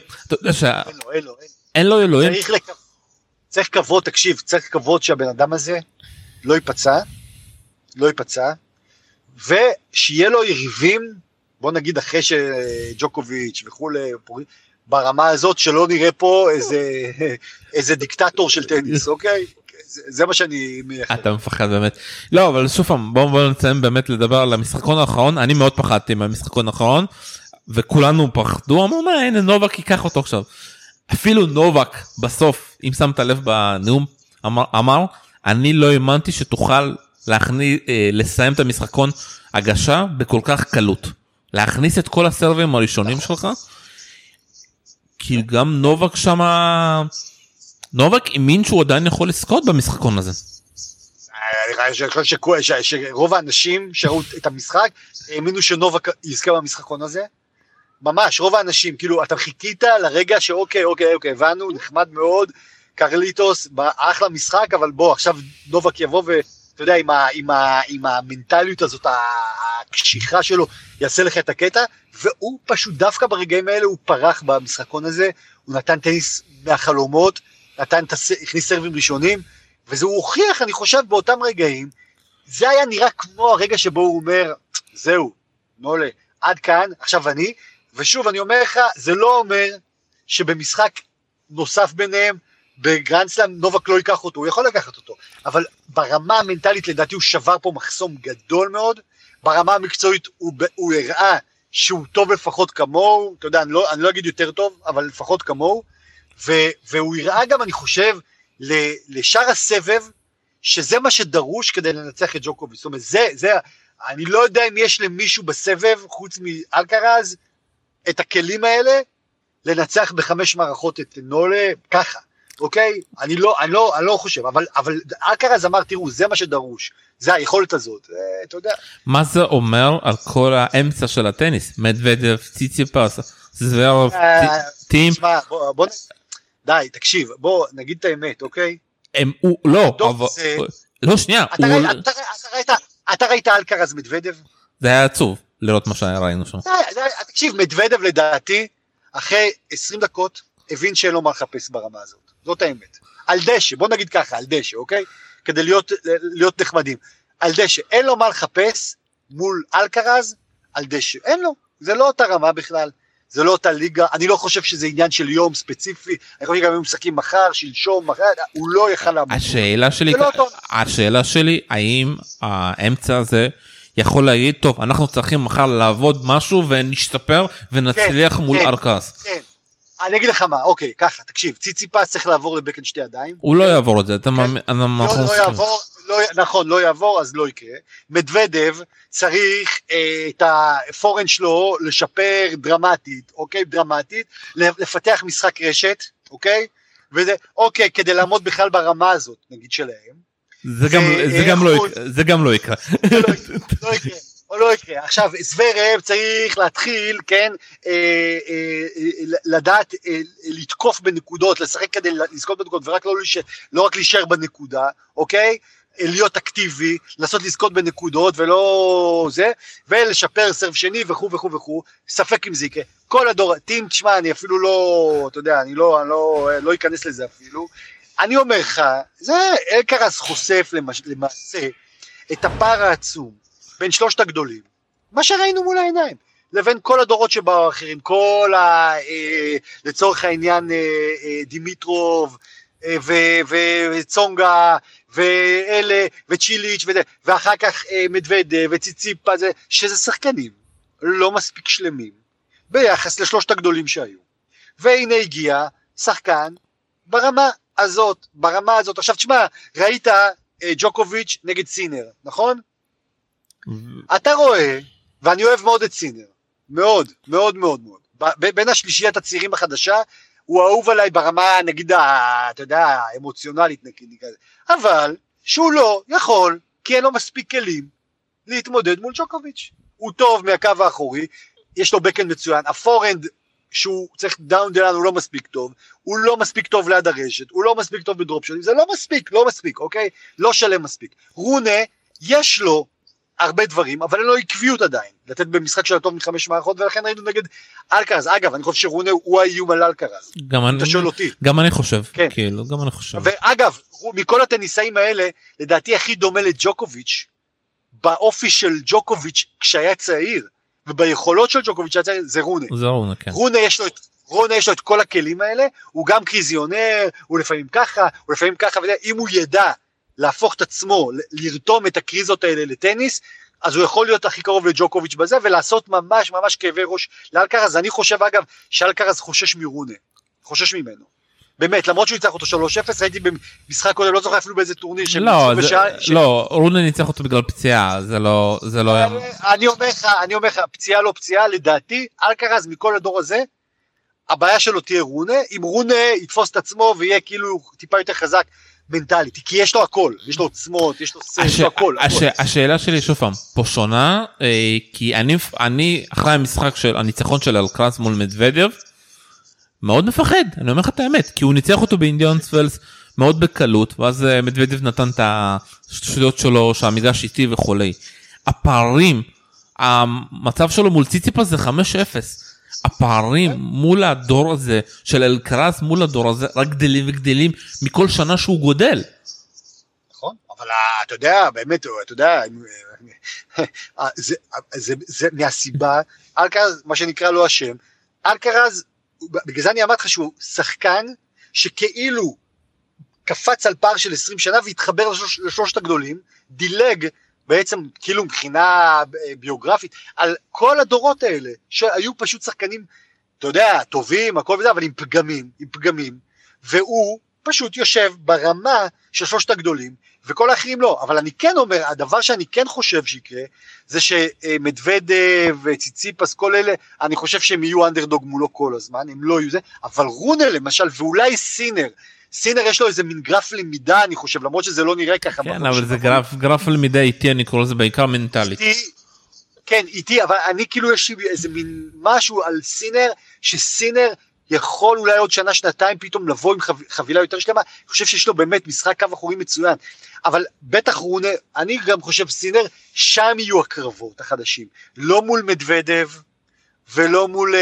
אין לו אלוהים. צריך כבוד, תקשיב, צריך כבוד שהבן אדם הזה לא ייפצע, ושיהיה לו יריבים, בוא נגיד אחרי שג'וקוביץ' וכולי, ברמה הזאת שלא נראה פה איזה דיקטטור של טניס, אוקיי? זה מה שאני מייחד. אתה מפחד באמת. לא, אבל שוב פעם, בואו נציין באמת לדבר על המשחקון האחרון, אני מאוד פחדתי מהמשחקון האחרון, וכולנו פחדו, אמרו, הנה נובק ייקח אותו עכשיו. אפילו נובק בסוף, אם שמת לב בנאום, אמר, אני לא האמנתי שתוכל לסיים את המשחקון הגשה בכל כך קלות. להכניס את כל הסרבים הראשונים שלך, כי גם נובק שמה... נובק האמין שהוא עדיין יכול לזכות במשחקון הזה. אני חושב שרוב האנשים שראו את המשחק, האמינו שנובק יזכה במשחקון הזה. ממש, רוב האנשים, כאילו, אתה חיכית לרגע שאוקיי, הבנו, נחמד מאוד, קרליטוס, אחלה משחק, אבל בוא, עכשיו נובק יבוא ואתה יודע, עם המנטליות הזאת, הקשיחה שלו, יעשה לך את הקטע, והוא פשוט דווקא ברגעים האלה, הוא פרח במשחקון הזה, הוא נתן טניס מהחלומות, הכניס סרבים ראשונים, וזה הוא הוכיח, אני חושב, באותם רגעים, זה היה נראה כמו הרגע שבו הוא אומר, זהו, נולה, עד כאן, עכשיו אני, ושוב אני אומר לך, זה לא אומר שבמשחק נוסף ביניהם, בגרנדסלאם נובק לא ייקח אותו, הוא יכול לקחת אותו, אבל ברמה המנטלית לדעתי הוא שבר פה מחסום גדול מאוד, ברמה המקצועית הוא הראה שהוא טוב לפחות כמוהו, אתה יודע, אני לא אגיד יותר טוב, אבל לפחות כמוהו, והוא הראה גם, אני חושב, לשאר הסבב, שזה מה שדרוש כדי לנצח את ג'וקוביץ'. זאת אומרת, אני לא יודע אם יש למישהו בסבב, חוץ מאלקרז, את הכלים האלה, לנצח בחמש מערכות את נולה, ככה, אוקיי? אני לא חושב, אבל אלקרז אמר, תראו, זה מה שדרוש, זה היכולת הזאת, אתה יודע. מה זה אומר על כל האמצע של הטניס? מדוודב, ציציפס, זוורב, טים? די, תקשיב, בוא נגיד את האמת, אוקיי? לא, שנייה. אתה ראית אלקרז מדוודב? זה היה עצוב לראות מה שראינו שם. תקשיב, מדוודב לדעתי, אחרי 20 דקות, הבין שאין לו מה לחפש ברמה הזאת. זאת האמת. על דשא, בוא נגיד ככה, על דשא, אוקיי? כדי להיות נחמדים. על דשא, אין לו מה לחפש מול אלקרז, על דשא. אין לו, זה לא אותה רמה בכלל. זה לא אותה ליגה, אני לא חושב שזה עניין של יום ספציפי, אני חושב שגם הם משחקים מחר, שלשום, מחר, הוא לא יכל לעמוד. השאלה שלי, האם האמצע הזה יכול להגיד, טוב, אנחנו צריכים מחר לעבוד משהו ונשתפר ונצליח מול ארקס. כן, אני אגיד לך מה, אוקיי, ככה, תקשיב, ציציפס צריך לעבור לבקן שתי ידיים. הוא לא יעבור את זה, לא יעבור, נכון, לא יעבור, אז לא יקרה. מדוודב צריך את הפורן שלו לשפר דרמטית, אוקיי? דרמטית, לפתח משחק רשת, אוקיי? וזה, אוקיי, כדי לעמוד בכלל ברמה הזאת, נגיד שלהם. זה גם לא יקרה. לא יקרה. עכשיו, זוורב צריך להתחיל, כן, לדעת לתקוף בנקודות, לשחק כדי לזכות בנקודות, ורק לא רק להישאר בנקודה, אוקיי? להיות אקטיבי, לנסות לזכות בנקודות ולא זה, ולשפר סרב שני וכו', ספק אם זה יקרה. כל הדור, טים, תשמע, אני אפילו לא, אתה יודע, אני לא אכנס לזה אפילו. אני אומר לך, זה אלקרז חושף למעשה את הפער העצום בין שלושת הגדולים, מה שראינו מול העיניים. לבין כל הדורות שבאו האחרים, לצורך העניין דימיטרוב וצונגה ואלה וצ'יליץ' ואחר כך מדוודב וציציפה, שזה שחקנים לא מספיק שלמים ביחס לשלושת הגדולים שהיו, והנה הגיע שחקן ברמה הזאת. עכשיו תשמע, ראית ג'וקוביץ' נגד סינר, נכון? אתה רואה, ואני אוהב מאוד את סינר, מאוד מאוד מאוד מאוד, בין השלישיית הצעירים החדשה, הוא אהוב עליי ברמה, נגיד, אתה יודע, האמוציונלית, נגיד, אבל שהוא לא יכול, כי אין לו מספיק כלים להתמודד מול ג'וקוביץ'. הוא טוב מהקו האחורי, יש לו בקן מצוין, הפורנד שהוא צריך דאון דלן הוא לא מספיק טוב, הוא לא מספיק טוב ליד הרשת, הוא לא מספיק טוב בדרופ שלי, זה לא מספיק, אוקיי? לא שלם מספיק. רונה, יש לו הרבה דברים, אבל אין לו עקביות עדיין, לתת במשחק של הטוב מ5 מערכות, ולכן ראינו נגד אלקרז. אגב, אני חושב שרונה הוא האיום על אלקרז. אתה שואל אותי. גם אני חושב, כן. כאילו, גם אני חושב. ואגב, מכל הטניסאים האלה, לדעתי הכי דומה לג'וקוביץ', באופי של ג'וקוביץ' כשהיה צעיר, וביכולות של ג'וקוביץ' כשהיה צעיר, זה רונה. זה רונה, כן. רונה יש לו את כל הכלים האלה, הוא גם קריזיונר, הוא לפעמים ככה, אם הוא ידע להפוך את עצמו, לרתום את הקריזות האלה לטניס, אז הוא יכול להיות הכי קרוב לג'וקוביץ' בזה, ולעשות ממש ממש כאבי ראש לאלקרז. אני חושב אגב, שאלקרז חושש מרונה, חושש ממנו. באמת, למרות שהוא ניצח אותו 3-0, ראיתי במשחק קודם, לא זוכר אפילו באיזה טורניר. לא, רונה ניצח אותו בגלל פציעה, זה לא היה... אני אומר לך, פציעה לא פציעה, לדעתי, אלקרז מכל הדור הזה, הבעיה שלו תהיה רונה, אם רונה יתפוס את עצמו ויהיה כאילו טיפה יותר חזק מנטלית, כי יש לו הכל, יש לו עוצמות, יש לו הכל. השאלה שלי שוב פעם, פה שונה, כי אני אחרי המשחק של הניצחון של אלקרז מול מדוודב, מאוד מפחד, אני אומר לך את האמת, כי הוא ניצח אותו באינדיאנס וולס מאוד בקלות, ואז מדוודב נתן את השטויות שלו, שהמגרש איטי וכולי. הפערים, המצב שלו מול ציציפס זה 5-0, הפערים מול הדור הזה, של אלקרז מול הדור הזה, רק גדלים וגדלים מכל שנה שהוא גודל. נכון, אבל אתה יודע, באמת, אתה יודע, זה מהסיבה, אלקרז, מה שנקרא לו השם, אלקרז, בגלל זה אני אמרתי לך שהוא שחקן שכאילו קפץ על פער של 20 שנה והתחבר לשלושת הגדולים, דילג בעצם כאילו מבחינה ביוגרפית על כל הדורות האלה שהיו פשוט שחקנים, אתה יודע, טובים, הכל וזה, אבל עם פגמים, והוא פשוט יושב ברמה של שלושת הגדולים, וכל האחרים לא. אבל אני כן אומר, הדבר שאני כן חושב שיקרה, זה שמדוודב וציציפס, כל אלה, אני חושב שהם יהיו אנדרדוג מולו כל הזמן, הם לא יהיו זה, אבל רונה למשל, ואולי סינר יש לו איזה מין גרף למידה, אני חושב, למרות שזה לא נראה ככה. כן, אבל זה גרף למידה איטי, אני קורא לזה בעיקר מנטלית. כן, איטי, אבל אני כאילו יש לי איזה מין משהו על סינר, שסינר יכול אולי עוד שנה, שנתיים, פתאום לבוא עם חבילה יותר שלמה. אני חושב שיש לו באמת משחק קו אחורי מצוין, אבל בטח רונה, אני גם חושב סינר, שם יהיו הקרבות החדשים, לא מול מדוודב, ולא מול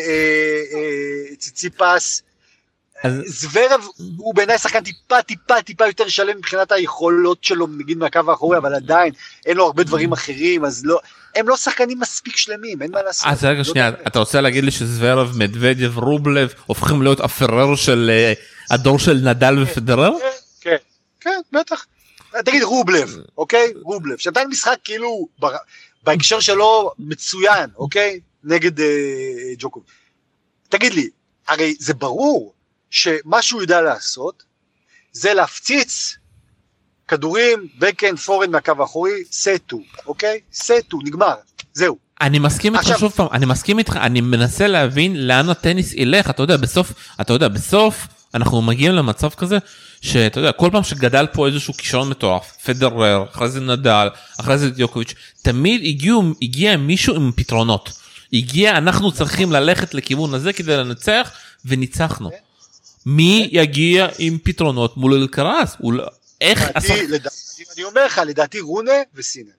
ציציפס. זוורב הוא בעיניי שחקן טיפה יותר שלם מבחינת היכולות שלו, נגיד מהקו האחורי, אבל עדיין אין לו הרבה דברים אחרים, אז לא, הם לא שחקנים מספיק שלמים, אין מה לעשות. אז רגע שנייה, אתה רוצה להגיד לי שזוורב, מדוודב, רובלב, הופכים להיות הפרר של הדור של נדל ופדרר? כן, בטח. תגיד רובלב, אוקיי? רובלב, שנתיים משחק כאילו, בהקשר שלו מצוין, אוקיי? נגד ג'וקוביץ'. תגיד לי, הרי זה ברור שמה שהוא יודע לעשות, זה להפציץ כדורים, בקן, פורן מהקו האחורי, סטו, אוקיי? סטו, נגמר, זהו. אני מסכים איתך שוב פעם, אני מסכים איתך, אני מנסה להבין לאן הטניס ילך, אתה יודע, בסוף אנחנו מגיעים למצב כזה, שאתה יודע, כל פעם שגדל פה איזשהו כישרון מטורף, פדרר, אחרי זה נדל, אחרי זה דיוקוביץ', תמיד הגיע מישהו עם פתרונות. אנחנו צריכים ללכת לכיוון הזה כדי לנצח, וניצחנו. מי יגיע עם פתרונות מול אלקרז? איך? אני אומר לך, לדעתי רונה וסינר.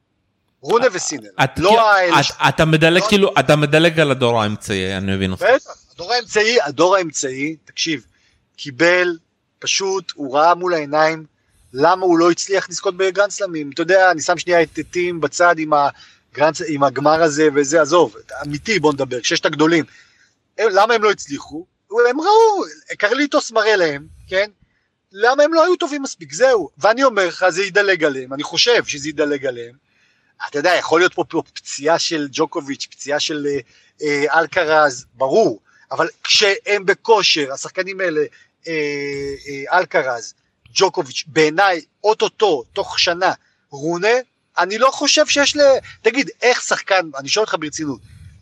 אתה מדלג על הדור האמצעי, אני מבין אותך. הדור האמצעי, תקשיב, קיבל, פשוט, הוא ראה מול העיניים, למה הוא לא הצליח לזכות בגרנד סלאמים. אתה יודע, אני שם שנייה את טים בצד עם עם הגמר הזה וזה, עזוב, אמיתי בוא נדבר, ששת הגדולים, למה הם לא הצליחו? הם ראו, קרליטוס מראה להם, כן? למה הם לא היו טובים מספיק, זהו, ואני אומר לך, זה ידלג עליהם, אני חושב שזה ידלג עליהם, אתה יודע, יכול להיות פה פציעה של ג'וקוביץ', פציעה של אלקרז, ברור, אבל כשהם בכושר, השחקנים האלה, אלקרז, ג'וקוביץ', בעיניי, אוטוטו, תוך שנה, רונה, אני לא חושב שיש תגיד, איך שחקן, אני שואל אותך ברצינות,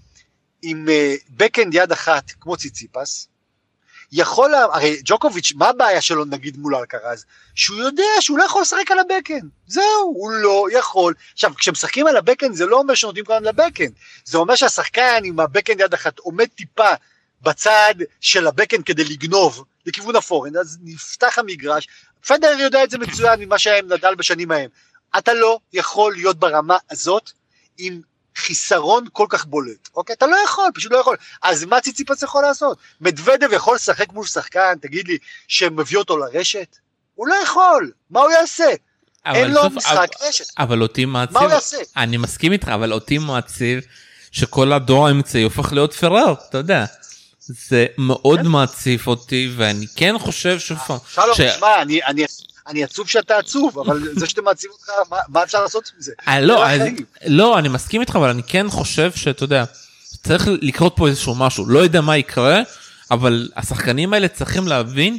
עם בקאנד יד אחת, כמו ציציפס, יכול, הרי ג'וקוביץ', מה הבעיה שלו נגיד מול אלקרז? שהוא יודע שהוא לא יכול לשחק על הבקאנד, זהו, הוא לא יכול. עכשיו, כשמשחקים על הבקאנד, זה לא אומר שנותנים כאן לבקאנד, זה אומר שהשחקן עם הבקאנד יד אחת עומד טיפה בצד של הבקאנד כדי לגנוב לכיוון הפורנד, אז נפתח המגרש, פדרר יודע את זה מצוין ממה שהיה עם נדל בשנים ההם, אתה לא יכול להיות ברמה הזאת עם חיסרון כל כך בולט, אוקיי? אתה לא יכול, פשוט לא יכול. אז מה ציציפס יכול לעשות? מדוודב יכול לשחק מול שחקן, תגיד לי, שמביא אותו לרשת? הוא לא יכול, מה הוא יעשה? אין לו משחק רשת. אבל אותי מעציב, מה הוא יעשה? אני מסכים איתך, אבל אותי מעציב שכל הדור האמצעי הופך להיות פרר, אתה יודע. זה מאוד מעציב אותי, ואני כן חושב שפעם... שלום, תשמע, אני עצוב שאתה עצוב, אבל זה שאתה מעציב אותך, מה אפשר לעשות עם זה? לא, אני מסכים איתך, אבל אני כן חושב שאתה יודע, צריך לקרות פה איזשהו משהו, לא יודע מה יקרה, אבל השחקנים האלה צריכים להבין,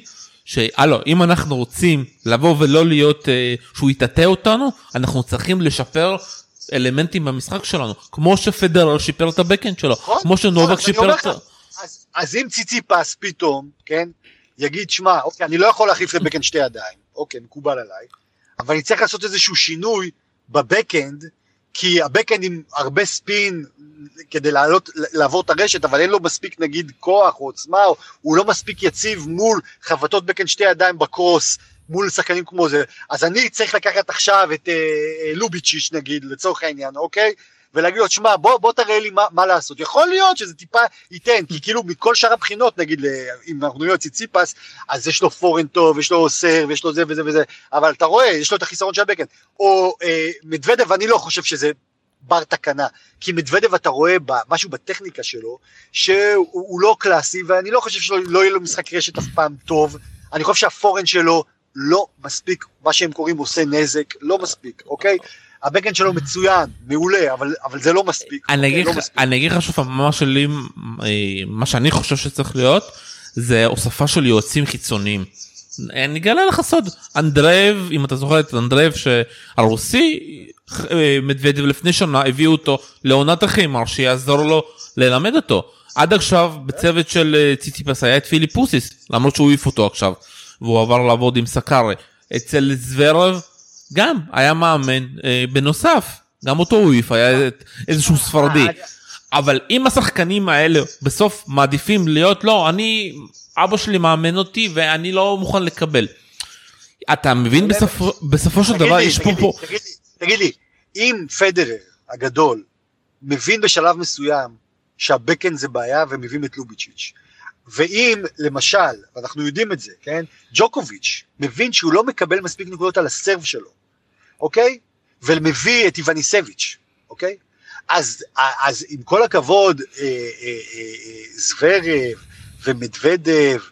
אם אנחנו רוצים לבוא ולא להיות, שהוא יתטא אותנו, אנחנו צריכים לשפר אלמנטים במשחק שלנו, כמו שפדרר שיפר את הבקאנד שלו, כמו שנובק שיפר את... אז אם ציציפס פתאום, כן, יגיד, שמע, אוקיי, אני לא יכול להחליף לבקאנד שתי ידיים, אוקיי, מקובל עליי, אבל אני צריך לעשות איזשהו שינוי בבקאנד, כי הבקאנד עם הרבה ספין כדי לעבור את הרשת, אבל אין לו מספיק נגיד כוח או עוצמה, הוא לא מספיק יציב מול חבטות בקאנד שתי ידיים בקרוס, מול שחקנים כמו זה, אז אני צריך לקחת עכשיו את לוביצ'יש נגיד, לצורך העניין, אוקיי? ולהגיד לו, תשמע, בוא תראה לי מה לעשות. יכול להיות שזה טיפה ייתן, כי כאילו מכל שאר הבחינות, נגיד, אם אנחנו נראה את ציציפס, אז יש לו פורן טוב, יש לו אוסר, ויש לו זה וזה וזה, אבל אתה רואה, יש לו את החיסרון של הבקאנד. או מדוודב, אני לא חושב שזה בר תקנה, כי מדוודב אתה רואה משהו בטכניקה שלו, שהוא לא קלאסי, ואני לא חושב שלא יהיה לו משחק רשת אף פעם טוב, אני חושב שהפורן שלו לא מספיק, מה שהם קוראים עושה נזק, לא מספיק, אוקיי? הבקאנד שלו מצוין, מעולה, אבל זה לא מספיק. אני אגיד לך שוב, מה שאני חושב שצריך להיות, זה הוספה של יועצים חיצוניים. אני אגלה לך סוד, אנדרייב, אם אתה זוכר את אנדרייב הרוסי, מדוודב לפני שנה הביאו אותו לעונת החימר, שיעזור לו ללמד אותו. עד עכשיו בצוות של ציציפס היה את פיליפוסיס, למרות שהוא העיף אותו עכשיו, והוא עבר לעבוד עם סקארי. אצל זוורב, גם היה מאמן בנוסף, גם אותו הוא העיף, היה איזשהו ספרדי. אבל אם השחקנים האלה בסוף מעדיפים להיות, לא, אבא שלי מאמן אותי ואני לא מוכן לקבל. אתה מבין בסופו של דבר, יש פה... תגיד לי, אם פדרר הגדול מבין בשלב מסוים שהבקאנד זה בעיה ומבין את לוביצ'יץ', ואם למשל, ואנחנו יודעים את זה, כן? ג'וקוביץ' מבין שהוא לא מקבל מספיק נקודות על הסרב שלו, אוקיי? ומביא את איווניסביץ', אוקיי? אז עם כל הכבוד, זוורב ומדוודב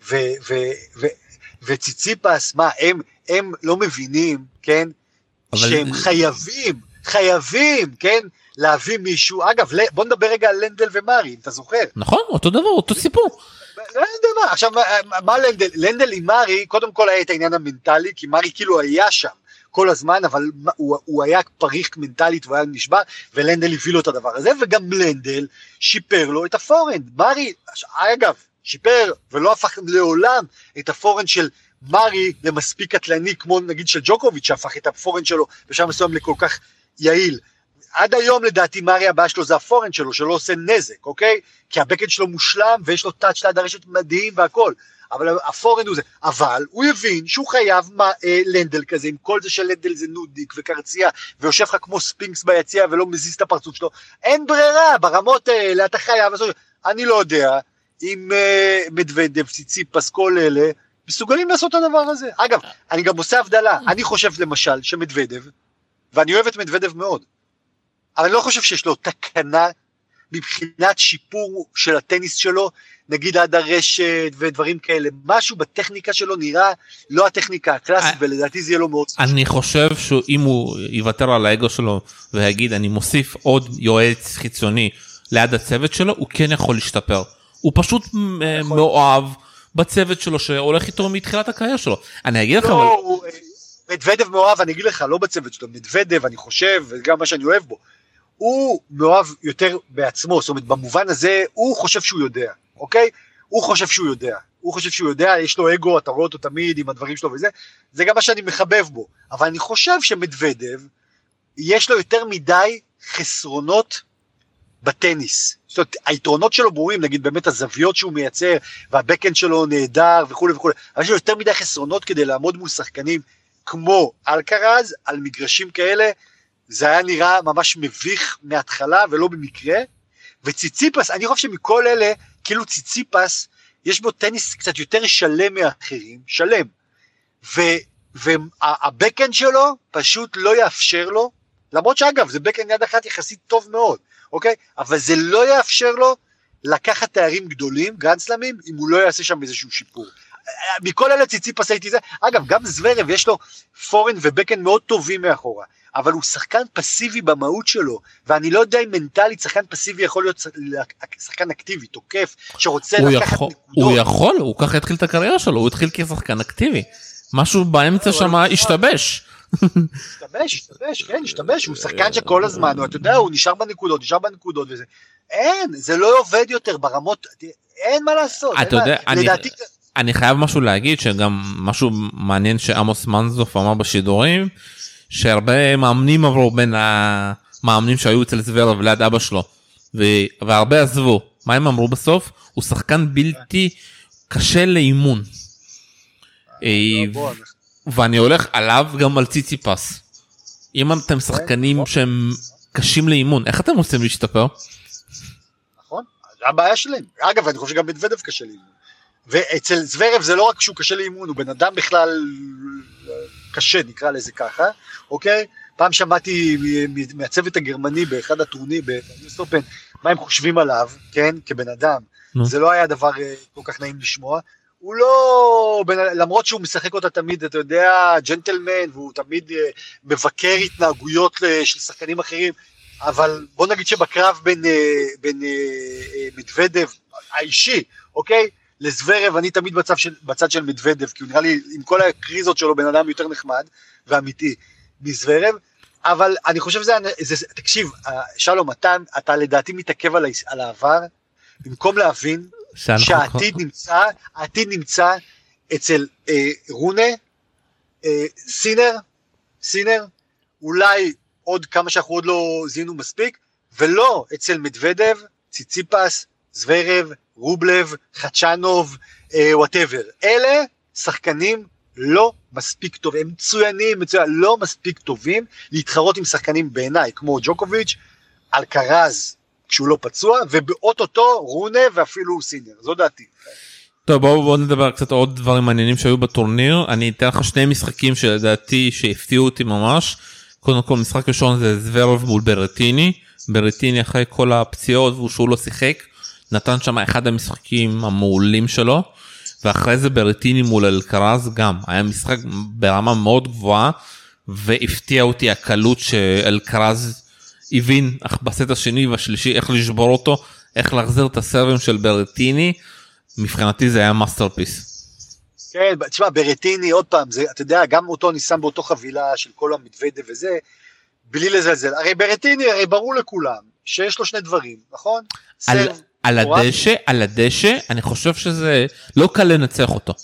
וציציפס, מה, הם לא מבינים, כן? שהם חייבים, כן? להביא מישהו, אגב, בוא נדבר רגע על לנדל ומרי, אם אתה זוכר. נכון, אותו דבר, אותו סיפור. עכשיו, מה לנדל? לנדל עם מרי, קודם כל היה את העניין המנטלי, כי מרי כאילו היה שם כל הזמן, אבל הוא היה פריך מנטלית, והוא היה נשבע, ולנדל הביא לו את הדבר הזה, וגם לנדל שיפר לו את הפורנד. מרי, אגב, שיפר ולא הפך לעולם את הפורנד של מרי למספיק קטלני, כמו נגיד של ג'וקוביץ', שהפך את הפורנד שלו בשם מסוים לכל כך יעיל. עד היום לדעתי מרי הבא שלו זה הפורנד שלו, שלא עושה נזק, אוקיי? כי הבקאנד שלו מושלם, ויש לו טאץ' ליד הרשת מדהים והכל, אבל הפורנד הוא זה, אבל הוא הבין שהוא חייב לנדל כזה, עם כל זה של לנדל זה נודניק וקרצייה, ויושב לך כמו ספינקס ביציע ולא מזיז את הפרצוף שלו, אין ברירה, ברמות האלה אתה חייב, אני לא יודע, אם מדוודב, ציציפס, כל אלה, מסוגלים לעשות את הדבר הזה. אגב, אני גם עושה הבדלה, אני חושב למשל שמדוודב, ואני אוהב את מדוודב מאוד, אבל אני לא חושב שיש לו תקנה מבחינת שיפור של הטניס שלו, נגיד עד הרשת ודברים כאלה, משהו בטכניקה שלו נראה לא הטכניקה הקלאסית, ולדעתי זה יהיה לו מאוד. אני חושב שאם הוא יוותר על האגו שלו ויגיד אני מוסיף עוד יועץ חיצוני ליד הצוות שלו, הוא כן יכול להשתפר. הוא פשוט מאוהב בצוות שלו שהולך איתו מתחילת הקריירה שלו. אני אגיד לך... לא, מדוודב מאוהב, אני אגיד לך, לא בצוות שלו, מדוודב, אני חושב, וגם מה שאני אוהב בו, הוא מאוהב יותר בעצמו, זאת אומרת, במובן הזה, הוא חושב שהוא יודע, אוקיי? הוא חושב שהוא יודע, יש לו אגו, אתה רואה אותו תמיד עם הדברים שלו וזה, זה גם מה שאני מחבב בו, אבל אני חושב שמדוודב, יש לו יותר מדי חסרונות בטניס, זאת אומרת, היתרונות שלו ברורים, נגיד באמת הזוויות שהוא מייצר, והבקאנד שלו נהדר וכו' וכו', אבל יש לו יותר מדי חסרונות כדי לעמוד מול שחקנים, כמו אלקרז, על מגרשים כאלה, זה היה נראה ממש מביך מההתחלה, ולא במקרה, וציציפס, אני חושב שמכל אלה, כאילו ציציפס, יש בו טניס קצת יותר שלם מאחרים, שלם, והבקאנד שלו פשוט לא יאפשר לו, למרות שאגב, זה בקאנד יד אחת יחסית טוב מאוד, אוקיי? אבל זה לא יאפשר לו לקחת תארים גדולים, גרנדסלמים, אם הוא לא יעשה שם איזשהו שיפור. מכל אלה ציציפס הייתי זה, אגב, גם זוורב יש לו פורן ובקאנד מאוד טובים מאחורה, אבל הוא שחקן פסיבי במהות שלו, ואני לא יודע אם מנטלית שחקן פסיבי יכול להיות שחקן אקטיבי, תוקף, שרוצה לקחת נקודות. הוא יכול, הוא ככה התחיל את הקריירה שלו, הוא התחיל כשחקן אקטיבי, משהו באמצע שם השתבש. השתבש, הוא שחקן שכל הזמן, אתה יודע, הוא נשאר בנקודות וזה, אין, זה לא עובד יותר ברמות, אין מה לעשות. אתה יודע, אני חייב משהו להגיד, שגם משהו מעניין שעמוס מנזוף אמר בשידורים, שהרבה מאמנים עברו בין המאמנים שהיו אצל זוורב ליד אבא שלו, והרבה עזבו. מה הם אמרו בסוף? הוא שחקן בלתי קשה לאימון. ואני הולך עליו גם על ציציפס. אם אתם שחקנים שהם קשים לאימון, איך אתם עושים להשתפר? נכון, זה הבעיה שלהם. אגב, אני חושב שגם מדוודב קשה לאימון. ואצל זוורב זה לא רק שהוא קשה לאימון, הוא בן אדם בכלל קשה, נקרא לזה ככה, אוקיי? פעם שמעתי מהצוות הגרמני באחד הטורני, בניוס אופן, מה הם חושבים עליו, כן, כבן אדם. זה לא היה דבר כל כך נעים לשמוע. הוא לא, למרות שהוא משחק אותה תמיד, אתה יודע, ג'נטלמן, והוא תמיד מבקר התנהגויות של שחקנים אחרים, אבל בוא נגיד שבקרב בין מדוודב האישי, אוקיי? לזוורב, אני תמיד בצד של מדוודב, כי הוא נראה לי, עם כל הקריזות שלו, בן אדם יותר נחמד ואמיתי מזוורב, אבל אני חושב שזה, תקשיב, שלום, אתה לדעתי מתעכב על העבר, במקום להבין שהעתיד נמצא אצל רונה, סינר, אולי עוד כמה שאנחנו עוד לא זינו מספיק, ולא אצל מדוודב, ציציפס, זוורב, רובלב, חדשנוב, whatever. אלה שחקנים לא מספיק טובים, הם מצוינים, לא מספיק טובים להתחרות עם שחקנים בעיניי, כמו ג'וקוביץ', אלקרז, כשהוא לא פצוע, ובאוטוטו רונה ואפילו סינר, זו דעתי. טוב, בואו נדבר קצת עוד דברים מעניינים שהיו בטורניר, אני אתן לך שני משחקים שלדעתי שהפתיעו אותי ממש, קודם כל משחק ראשון זה זוורב מול ברטיני אחרי כל הפציעות שהוא לא שיחק, נתן שם אחד המשחקים המעולים שלו, ואחרי זה ברטיני מול אלקרז גם, היה משחק ברמה מאוד גבוהה, והפתיע אותי הקלות שאלקרז הבין בסט השני והשלישי איך לשבור אותו, איך להחזיר את הסרבים של ברטיני, מבחינתי זה היה מאסטרפיס. כן, תשמע, ברטיני עוד פעם, זה, אתה יודע, גם אותו אני שם באותו חבילה של כל המדוודב וזה, בלי לזלזל, הרי ברטיני, הרי ברור לכולם, שיש לו שני דברים, נכון? על הדשא, אני חושב שזה לא קל לנצח אותו.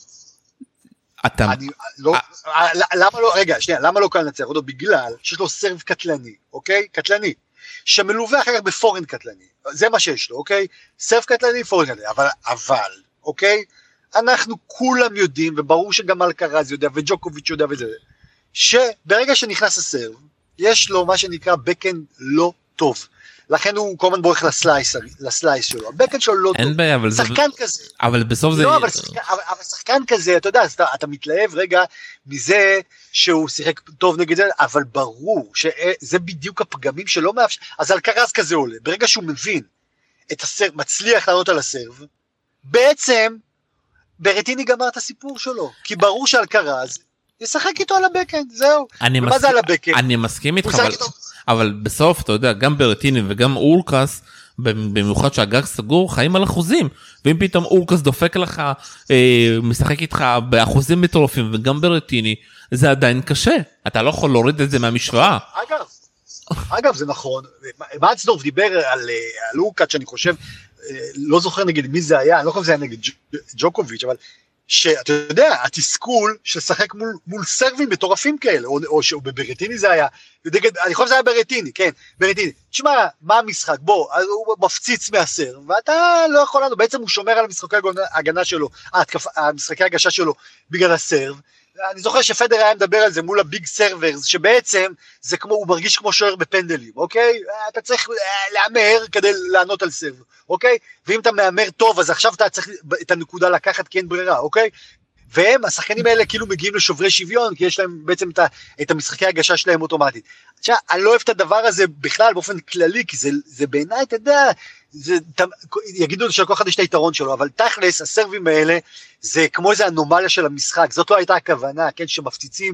למה לא קל לנצח אותו? בגלל שיש לו סרב קטלני, אוקיי? קטלני, שמלווה אחר כך בפורן קטלני, זה מה שיש לו, אוקיי? סרב קטלני, פורן קטלני, אבל, אוקיי? אנחנו כולם יודעים, וברור שגם אלקרז יודע, וג'וקוביץ' יודע וזה, שברגע שנכנס הסרב, יש לו מה שנקרא בקאנד לא טוב, לכן הוא כל הזמן בורח לסלייס שלו, הבקאנד שלו לא טוב, שחקן כזה, אבל בסוף זה... לא, אבל שחקן כזה, אתה יודע, אתה מתלהב רגע מזה שהוא שיחק טוב נגד זה, אבל ברור שזה בדיוק הפגמים שלא מאפשר, אז אלקרז כזה עולה, ברגע שהוא מבין את הסרב, מצליח לענות על הסרב, בעצם ברטיני גמר את הסיפור שלו, כי ברור שאלקרז ישחק איתו על הבקאנד, זהו. ומה זה על הבקאנד? אני מסכים איתך, אבל בסוף, אתה יודע, גם ברטיני וגם אורקס, במיוחד שהגג סגור, חיים על אחוזים, ואם פתאום אורקס דופק לך, משחק איתך באחוזים מטורפים, וגם ברטיני, זה עדיין קשה. אתה לא יכול להוריד את זה מהמשוואה. אגב, זה נכון. מאצדורף דיבר על אורקס, שאני חושב, לא זוכר נגד מי זה היה, אני לא חושב שזה היה נגד ג'וקוביץ', אבל שאתה יודע, התסכול של לשחק מול סרבים מטורפים כאלה, או ברטיני זה היה, אני חושב שזה היה ברטיני, כן, ברטיני. תשמע, מה המשחק? בוא, הוא מפציץ מהסרב, ואתה לא יכול לנו, בעצם הוא שומר על המשחקי ההגנה שלו, המשחקי ההגשה שלו בגלל הסרב. אני זוכר שפדר היה מדבר על זה מול הביג סרברס, שבעצם זה כמו, הוא מרגיש כמו שוער בפנדלים, אוקיי? אתה צריך להמר כדי לענות על סרב, אוקיי? ואם אתה מהמר טוב, אז עכשיו אתה צריך את הנקודה לקחת, כי אין ברירה, אוקיי? והם, השחקנים האלה כאילו מגיעים לשוברי שוויון, כי יש להם בעצם את המשחקי הגשה שלהם אוטומטית. עכשיו, אני לא אוהב את הדבר הזה בכלל באופן כללי, כי זה בעיניי, אתה יודע, יגידו שלכל אחד יש את היתרון שלו, אבל תכלס, הסרבים האלה, זה כמו איזו אנומליה של המשחק, זאת לא הייתה הכוונה, כן, שמפציצים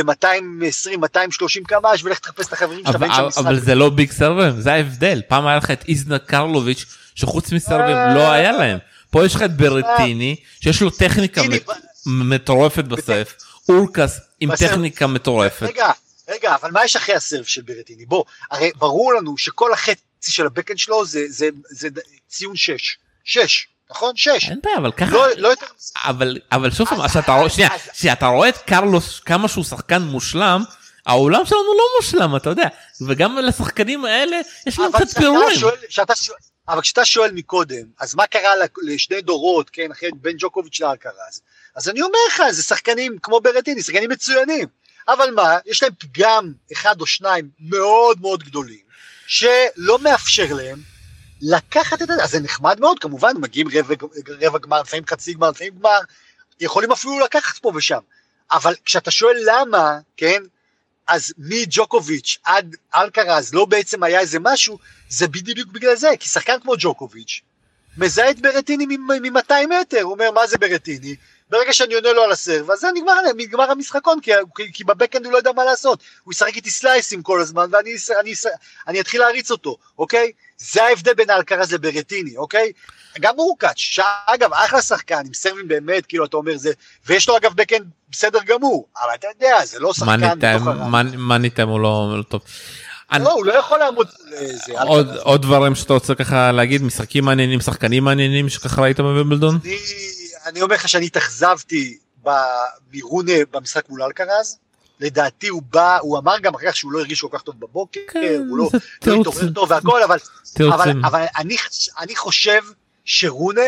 ב-220, 230 קמ"ש, ולך תחפש את החברים שאתה בין שהמשחק. אבל זה לא ביג סרבים, זה ההבדל, פעם היה לך את איזנה קרלוביץ', שחוץ מסרבים לא היה להם, פה יש לך את ברטיני, שיש לו טכניקה מטורפת בסרף, אורקס עם טכניקה מטורפת. רגע, אבל מה יש אחרי הסרב של ברטיני? בוא, הרי ברור לנו שכל החצי של הבקאנד שלו זה ציון 6, נכון? 6. אין בעיה, אבל ככה, אבל שוב, כשאתה רואה את קרלוס כמה שהוא שחקן מושלם, העולם שלנו לא מושלם, אתה יודע, וגם לשחקנים האלה יש להם קצת פירורים. אבל כשאתה שואל מקודם, אז מה קרה לשני דורות, כן, אחרי בן ג'וקוביץ' לאלקרז, אז אני אומר לך, זה שחקנים כמו ברטיני, שחקנים מצוינים, אבל מה, יש להם פגם אחד או שניים מאוד מאוד גדולים, שלא מאפשר להם לקחת את זה, אז זה נחמד מאוד, כמובן, מגיעים רבע גמר, לפעמים חצי גמר, לפעמים גמר, יכולים אפילו לקחת פה ושם, אבל כשאתה שואל למה, כן, אז מג'וקוביץ' עד אלקרז לא בעצם היה איזה משהו, זה בדיוק בגלל זה, כי שחקן כמו ג'וקוביץ' מזהה את ברטיני מ-200 מטר, הוא אומר מה זה ברטיני, ברגע שאני עונה לו על הסרב, אז זה נגמר המשחקון, כי בבקאנד הוא לא יודע מה לעשות, הוא ישחק איתי סלייסים כל הזמן, ואני אתחיל להריץ אותו, אוקיי? זה ההבדל בין אלקרז לברטיני, אוקיי? גם אורקץ', שאגב, אחלה שחקן, עם סרבים באמת, כאילו אתה אומר זה, ויש לו אגב בקאנד בסדר גמור, אבל אתה יודע, זה לא שחקן בתוך הרע. מה ניתם הוא לא טוב. לא, הוא לא יכול לעמוד לזה. עוד דברים שאתה רוצה ככה להגיד, משחקים מעניינים, שחקנים מעניינים שככה ראית בווימבלדון? אני אומר לך שאני התאכזבתי מרונה במשחק מול אלקרז, לדעתי הוא אמר גם אחר כך שהוא לא הרגיש כל כך טוב בבוקר, הוא לא התעורר טוב והכל, אבל אני חושב שרונה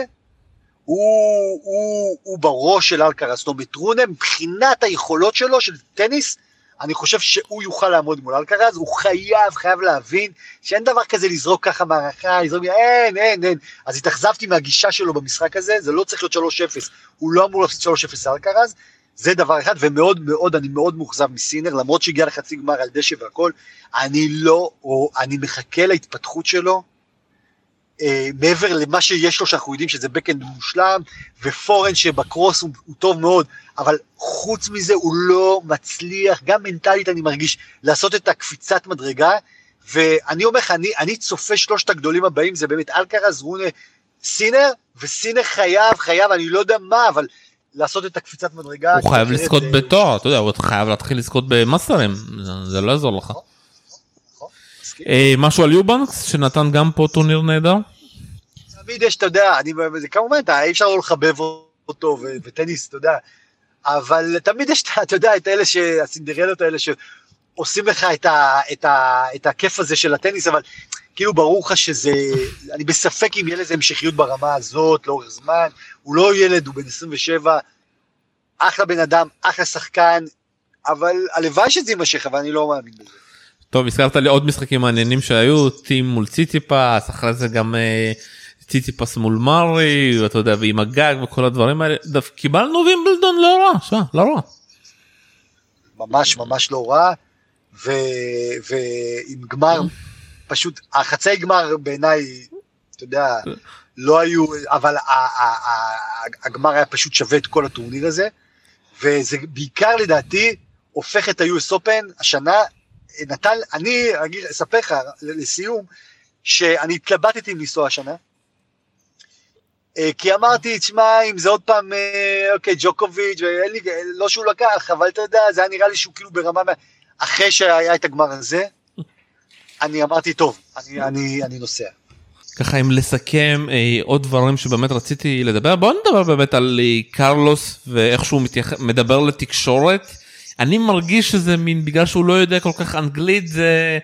הוא בראש של אלקרז, זאת אומרת רונה מבחינת היכולות שלו של טניס, אני חושב שהוא יוכל לעמוד מול אלקרז, הוא חייב להבין שאין דבר כזה לזרוק ככה מערכה, אין, אז התאכזבתי מהגישה שלו במשחק הזה, זה לא צריך להיות 3-0, הוא לא אמור להפסיד 3-0 אלקרז, זה דבר אחד, אני מאוד מוחזב מסינר, למרות שהגיע לחצי גמר על דשא והכל, אני מחכה להתפתחות שלו, מעבר למה שיש לו שאנחנו יודעים שזה בקאנד מושלם, ופורן שבקרוס הוא טוב מאוד, אבל חוץ מזה הוא לא מצליח, גם מנטלית אני מרגיש, לעשות את הקפיצת מדרגה, ואני אומר לך, אני צופה שלושת הגדולים הבאים, זה באמת אלקרז, רונה, סינר, וסינר חייב, אני לא יודע מה, אבל לעשות את הקפיצת מדרגה. הוא חייב לזכות בתואר, אתה יודע, הוא חייב להתחיל לזכות במאסטרים, זה לא יעזור לך. משהו על יובנקס שנתן גם פה טורניר נהדר? תמיד יש, אתה יודע, כמובן, אי אפשר לא לחבב אותו וטניס, אתה יודע, אבל תמיד יש, אתה יודע, את אלה הסינדרלות האלה שעושים לך את הכיף הזה של הטניס, אבל כאילו ברור לך שזה, אני בספק אם יהיה לזה המשכיות ברמה הזאת, לאורך זמן, הוא לא ילד, הוא בן 27, אחלה בן אדם, אחלה שחקן, אבל הלוואי שזה יימשך, אבל אני לא מאמין בזה. טוב, הזכרת לי עוד משחקים מעניינים שהיו, טים מול ציציפס, אחרי זה גם ציציפס מול מרי, אתה יודע, ועם הגג וכל הדברים האלה, קיבלנו וימבלדון לא רע, לא רע. ממש ממש לא רע, ועם גמר, פשוט, החצי גמר בעיניי, אתה יודע, לא היו, אבל הגמר היה פשוט שווה את כל הטורניר הזה, וזה בעיקר לדעתי, הופך את ה-US Open השנה, נתן, אני אספר לך לסיום, שאני התלבטתי עם לנסוע השנה, כי אמרתי, תשמע, אם זה עוד פעם, אוקיי, ג'וקוביץ', ואין לי, לא שהוא לקח, אבל אתה יודע, זה היה נראה לי שהוא כאילו ברמה, אחרי שהיה את הגמר הזה, אני אמרתי, טוב, אני נוסע. ככה, אם לסכם עוד דברים שבאמת רציתי לדבר, בואו נדבר באמת על קרלוס, ואיך שהוא מדבר לתקשורת, אני מרגיש שזה מין, בגלל שהוא לא יודע כל כך אנגלית, זה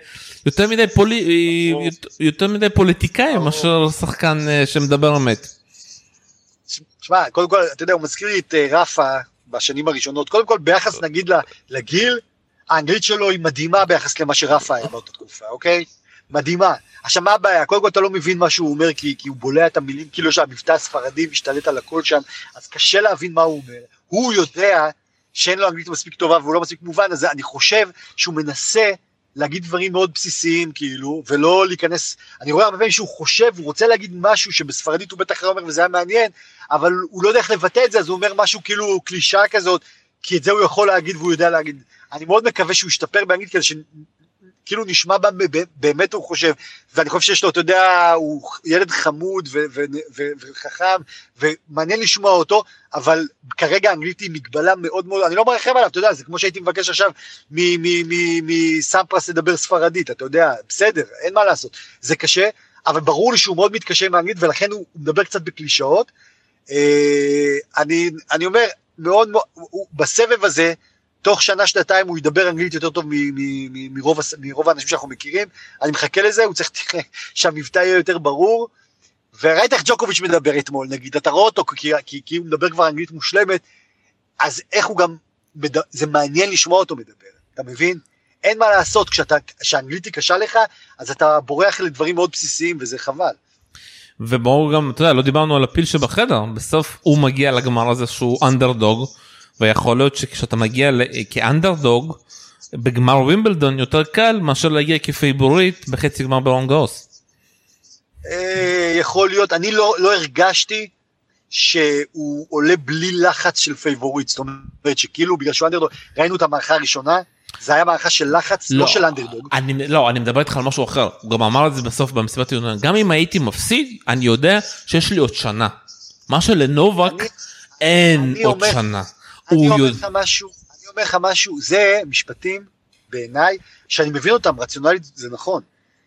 יותר מדי פוליטיקאי, מאשר שחקן שמדבר אמת. תשמע, קודם כל, אתה יודע, הוא מזכיר לי את רפה בשנים הראשונות, קודם כל, ביחס נגיד לגיל, האנגלית שלו היא מדהימה ביחס למה שרפה היה באותה תקופה, אוקיי? מדהימה. עכשיו, מה הבעיה? קודם כל, אתה לא מבין מה שהוא אומר, כי הוא בולע את המילים, כאילו שהמבטא הספרדי משתלט על הכל שם, אז קשה להבין מה הוא אומר. הוא יודע שאין לו אנגלית מספיק טובה, והוא לא מספיק מובן, אז אני חושב שהוא מנסה להגיד דברים מאוד בסיסיים, כאילו, ולא להיכנס, אני רואה הרבה פעמים שהוא חושב, הוא רוצה להגיד משהו שבספרדית הוא בטח לא אומר, וזה היה מעניין, אבל הוא לא יודע איך לבטא את זה, אז הוא אומר משהו כאילו קלישה כזאת, כי את זה הוא יכול להגיד, והוא יודע להגיד. אני מאוד מקווה שהוא ישתפר באנגלית, כדי שכאילו נשמע באמת הוא חושב, ואני חושב שיש לו, אתה יודע, הוא ילד חמוד וחכם, ומעניין לשמוע אותו, אבל כרגע האנגלית היא מגבלה מאוד מאוד, אני לא מרחם עליו, אתה יודע, זה כמו שהייתי מבקש עכשיו מסמפרס לדבר ספרדית, אתה יודע, בסדר, אין מה לעשות, זה קשה, אבל ברור לי שהוא מאוד מתקשה עם האנגלית, ולכן הוא מדבר קצת בקלישאות. אני אומר, מאוד, בסבב הזה, תוך שנה, שנתיים, הוא ידבר אנגלית יותר טוב מרוב האנשים שאנחנו מכירים, אני מחכה לזה, הוא צריך שהמבטא יהיה יותר ברור, וראית איך ג'וקוביץ' מדבר אתמול, נגיד, אתה רואה אותו, כי הוא מדבר כבר אנגלית מושלמת, אז איך הוא גם, זה מעניין לשמוע אותו מדבר, אתה מבין? אין מה לעשות, כשהאנגלית היא קשה לך, אז אתה בורח לדברים מאוד בסיסיים, וזה חבל. ובואו גם, אתה יודע, לא דיברנו על הפיל שבחדר, בסוף הוא מגיע לגמר הזה שהוא אנדרדוג, ויכול להיות שכשאתה מגיע כאנדרדוג, בגמר ווימבלדון יותר קל, מאשר להגיע כפייבוריט בחצי גמר ברון גאוס. יכול להיות, אני לא הרגשתי שהוא עולה בלי לחץ של פייבוריט, זאת אומרת שכאילו בגלל שהוא אנדרדוג, ראינו את המערכה הראשונה, זה היה מערכה של לחץ, לא של אנדרדוג. לא, אני מדבר איתך על משהו אחר, הוא גם אמר את זה בסוף במסיבת עיתונאים, גם אם הייתי מפסיד, אני יודע שיש לי עוד שנה. מה שלנובק אין עוד שנה. אני אומר לך משהו, זה משפטים בעיניי, שאני מבין אותם, רציונלית זה נכון,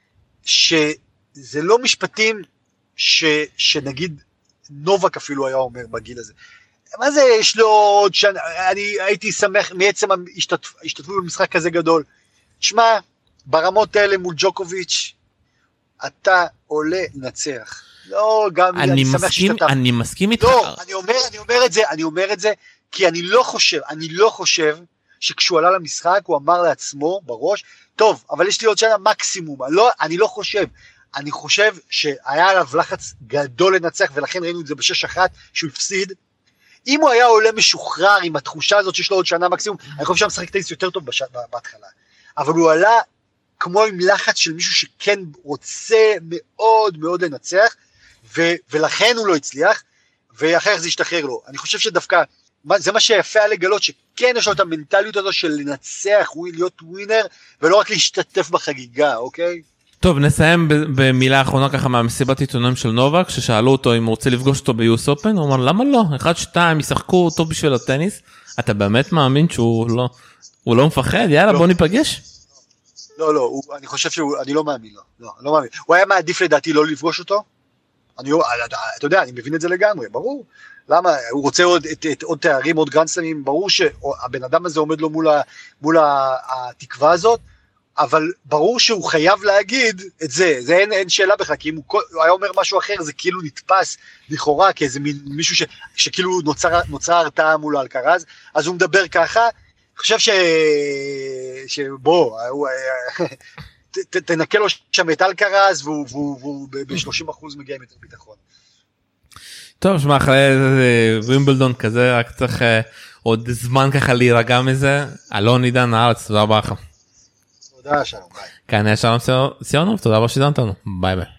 שזה לא משפטים שנגיד נובק אפילו היה אומר בגיל הזה. מה זה יש לו עוד שנה, אני הייתי שמח מעצם השתתפו במשחק כזה גדול. תשמע, ברמות האלה מול ג'וקוביץ', אתה עולה לנצח. לא, גם אני שמח שהשתתף. אני מסכים איתך. לא, אני אומר את זה, כי אני לא חושב שכשהוא עלה למשחק, הוא אמר לעצמו בראש, טוב, אבל יש לי עוד שנה מקסימום, אני לא חושב, אני חושב שהיה עליו לחץ גדול לנצח, ולכן ראינו את זה ב6-1, שהוא הפסיד, אם הוא היה עולה משוחרר עם התחושה הזאת שיש לו עוד שנה מקסימום, אני חושב שהמשחק טייס יותר טוב בהתחלה, אבל הוא עלה כמו עם לחץ של מישהו שכן רוצה מאוד מאוד לנצח, ולכן הוא לא הצליח, ואחר כך זה ישתחרר לו. אני חושב שדווקא, זה מה שיפה היה לגלות, שכן יש לו את המנטליות הזו של לנצח, להיות ווינר, ולא רק להשתתף בחגיגה, אוקיי? טוב, נסיים במילה האחרונה ככה מהמסיבת עיתונאים של נובק, ששאלו אותו אם הוא רוצה לפגוש אותו ב-US Open, הוא אמר, למה לא? 1-2, ישחקו אותו בשביל הטניס, אתה באמת מאמין שהוא לא מפחד? יאללה, בוא ניפגש. לא, אני חושב אני לא מאמין לו, לא מאמין. הוא היה מעדיף לדעתי לא לפגוש אותו, אתה יודע, אני מבין את זה לגמרי, ברור. למה? הוא רוצה עוד תארים, עוד גרנדסלמים, ברור שהבן אדם הזה עומד לו מול התקווה הזאת, אבל ברור שהוא חייב להגיד את זה, זה אין שאלה בכלל, כי אם הוא היה אומר משהו אחר, זה כאילו נתפס לכאורה, כאיזה מישהו שכאילו נוצר הרתעה מול אלקרז, אז הוא מדבר ככה, אני חושב שבוא, תנקה לו שם את אלקרז, והוא ב-30% מגיע עם יותר ביטחון. טוב, שמע, אחרי וימבלדון כזה, רק צריך עוד זמן ככה להירגע מזה. אלון עידן הארץ, תודה רבה לך. תודה, שלום, ביי. כאן היה שלום סיונוב, תודה רבה שדנת לנו, ביי ביי.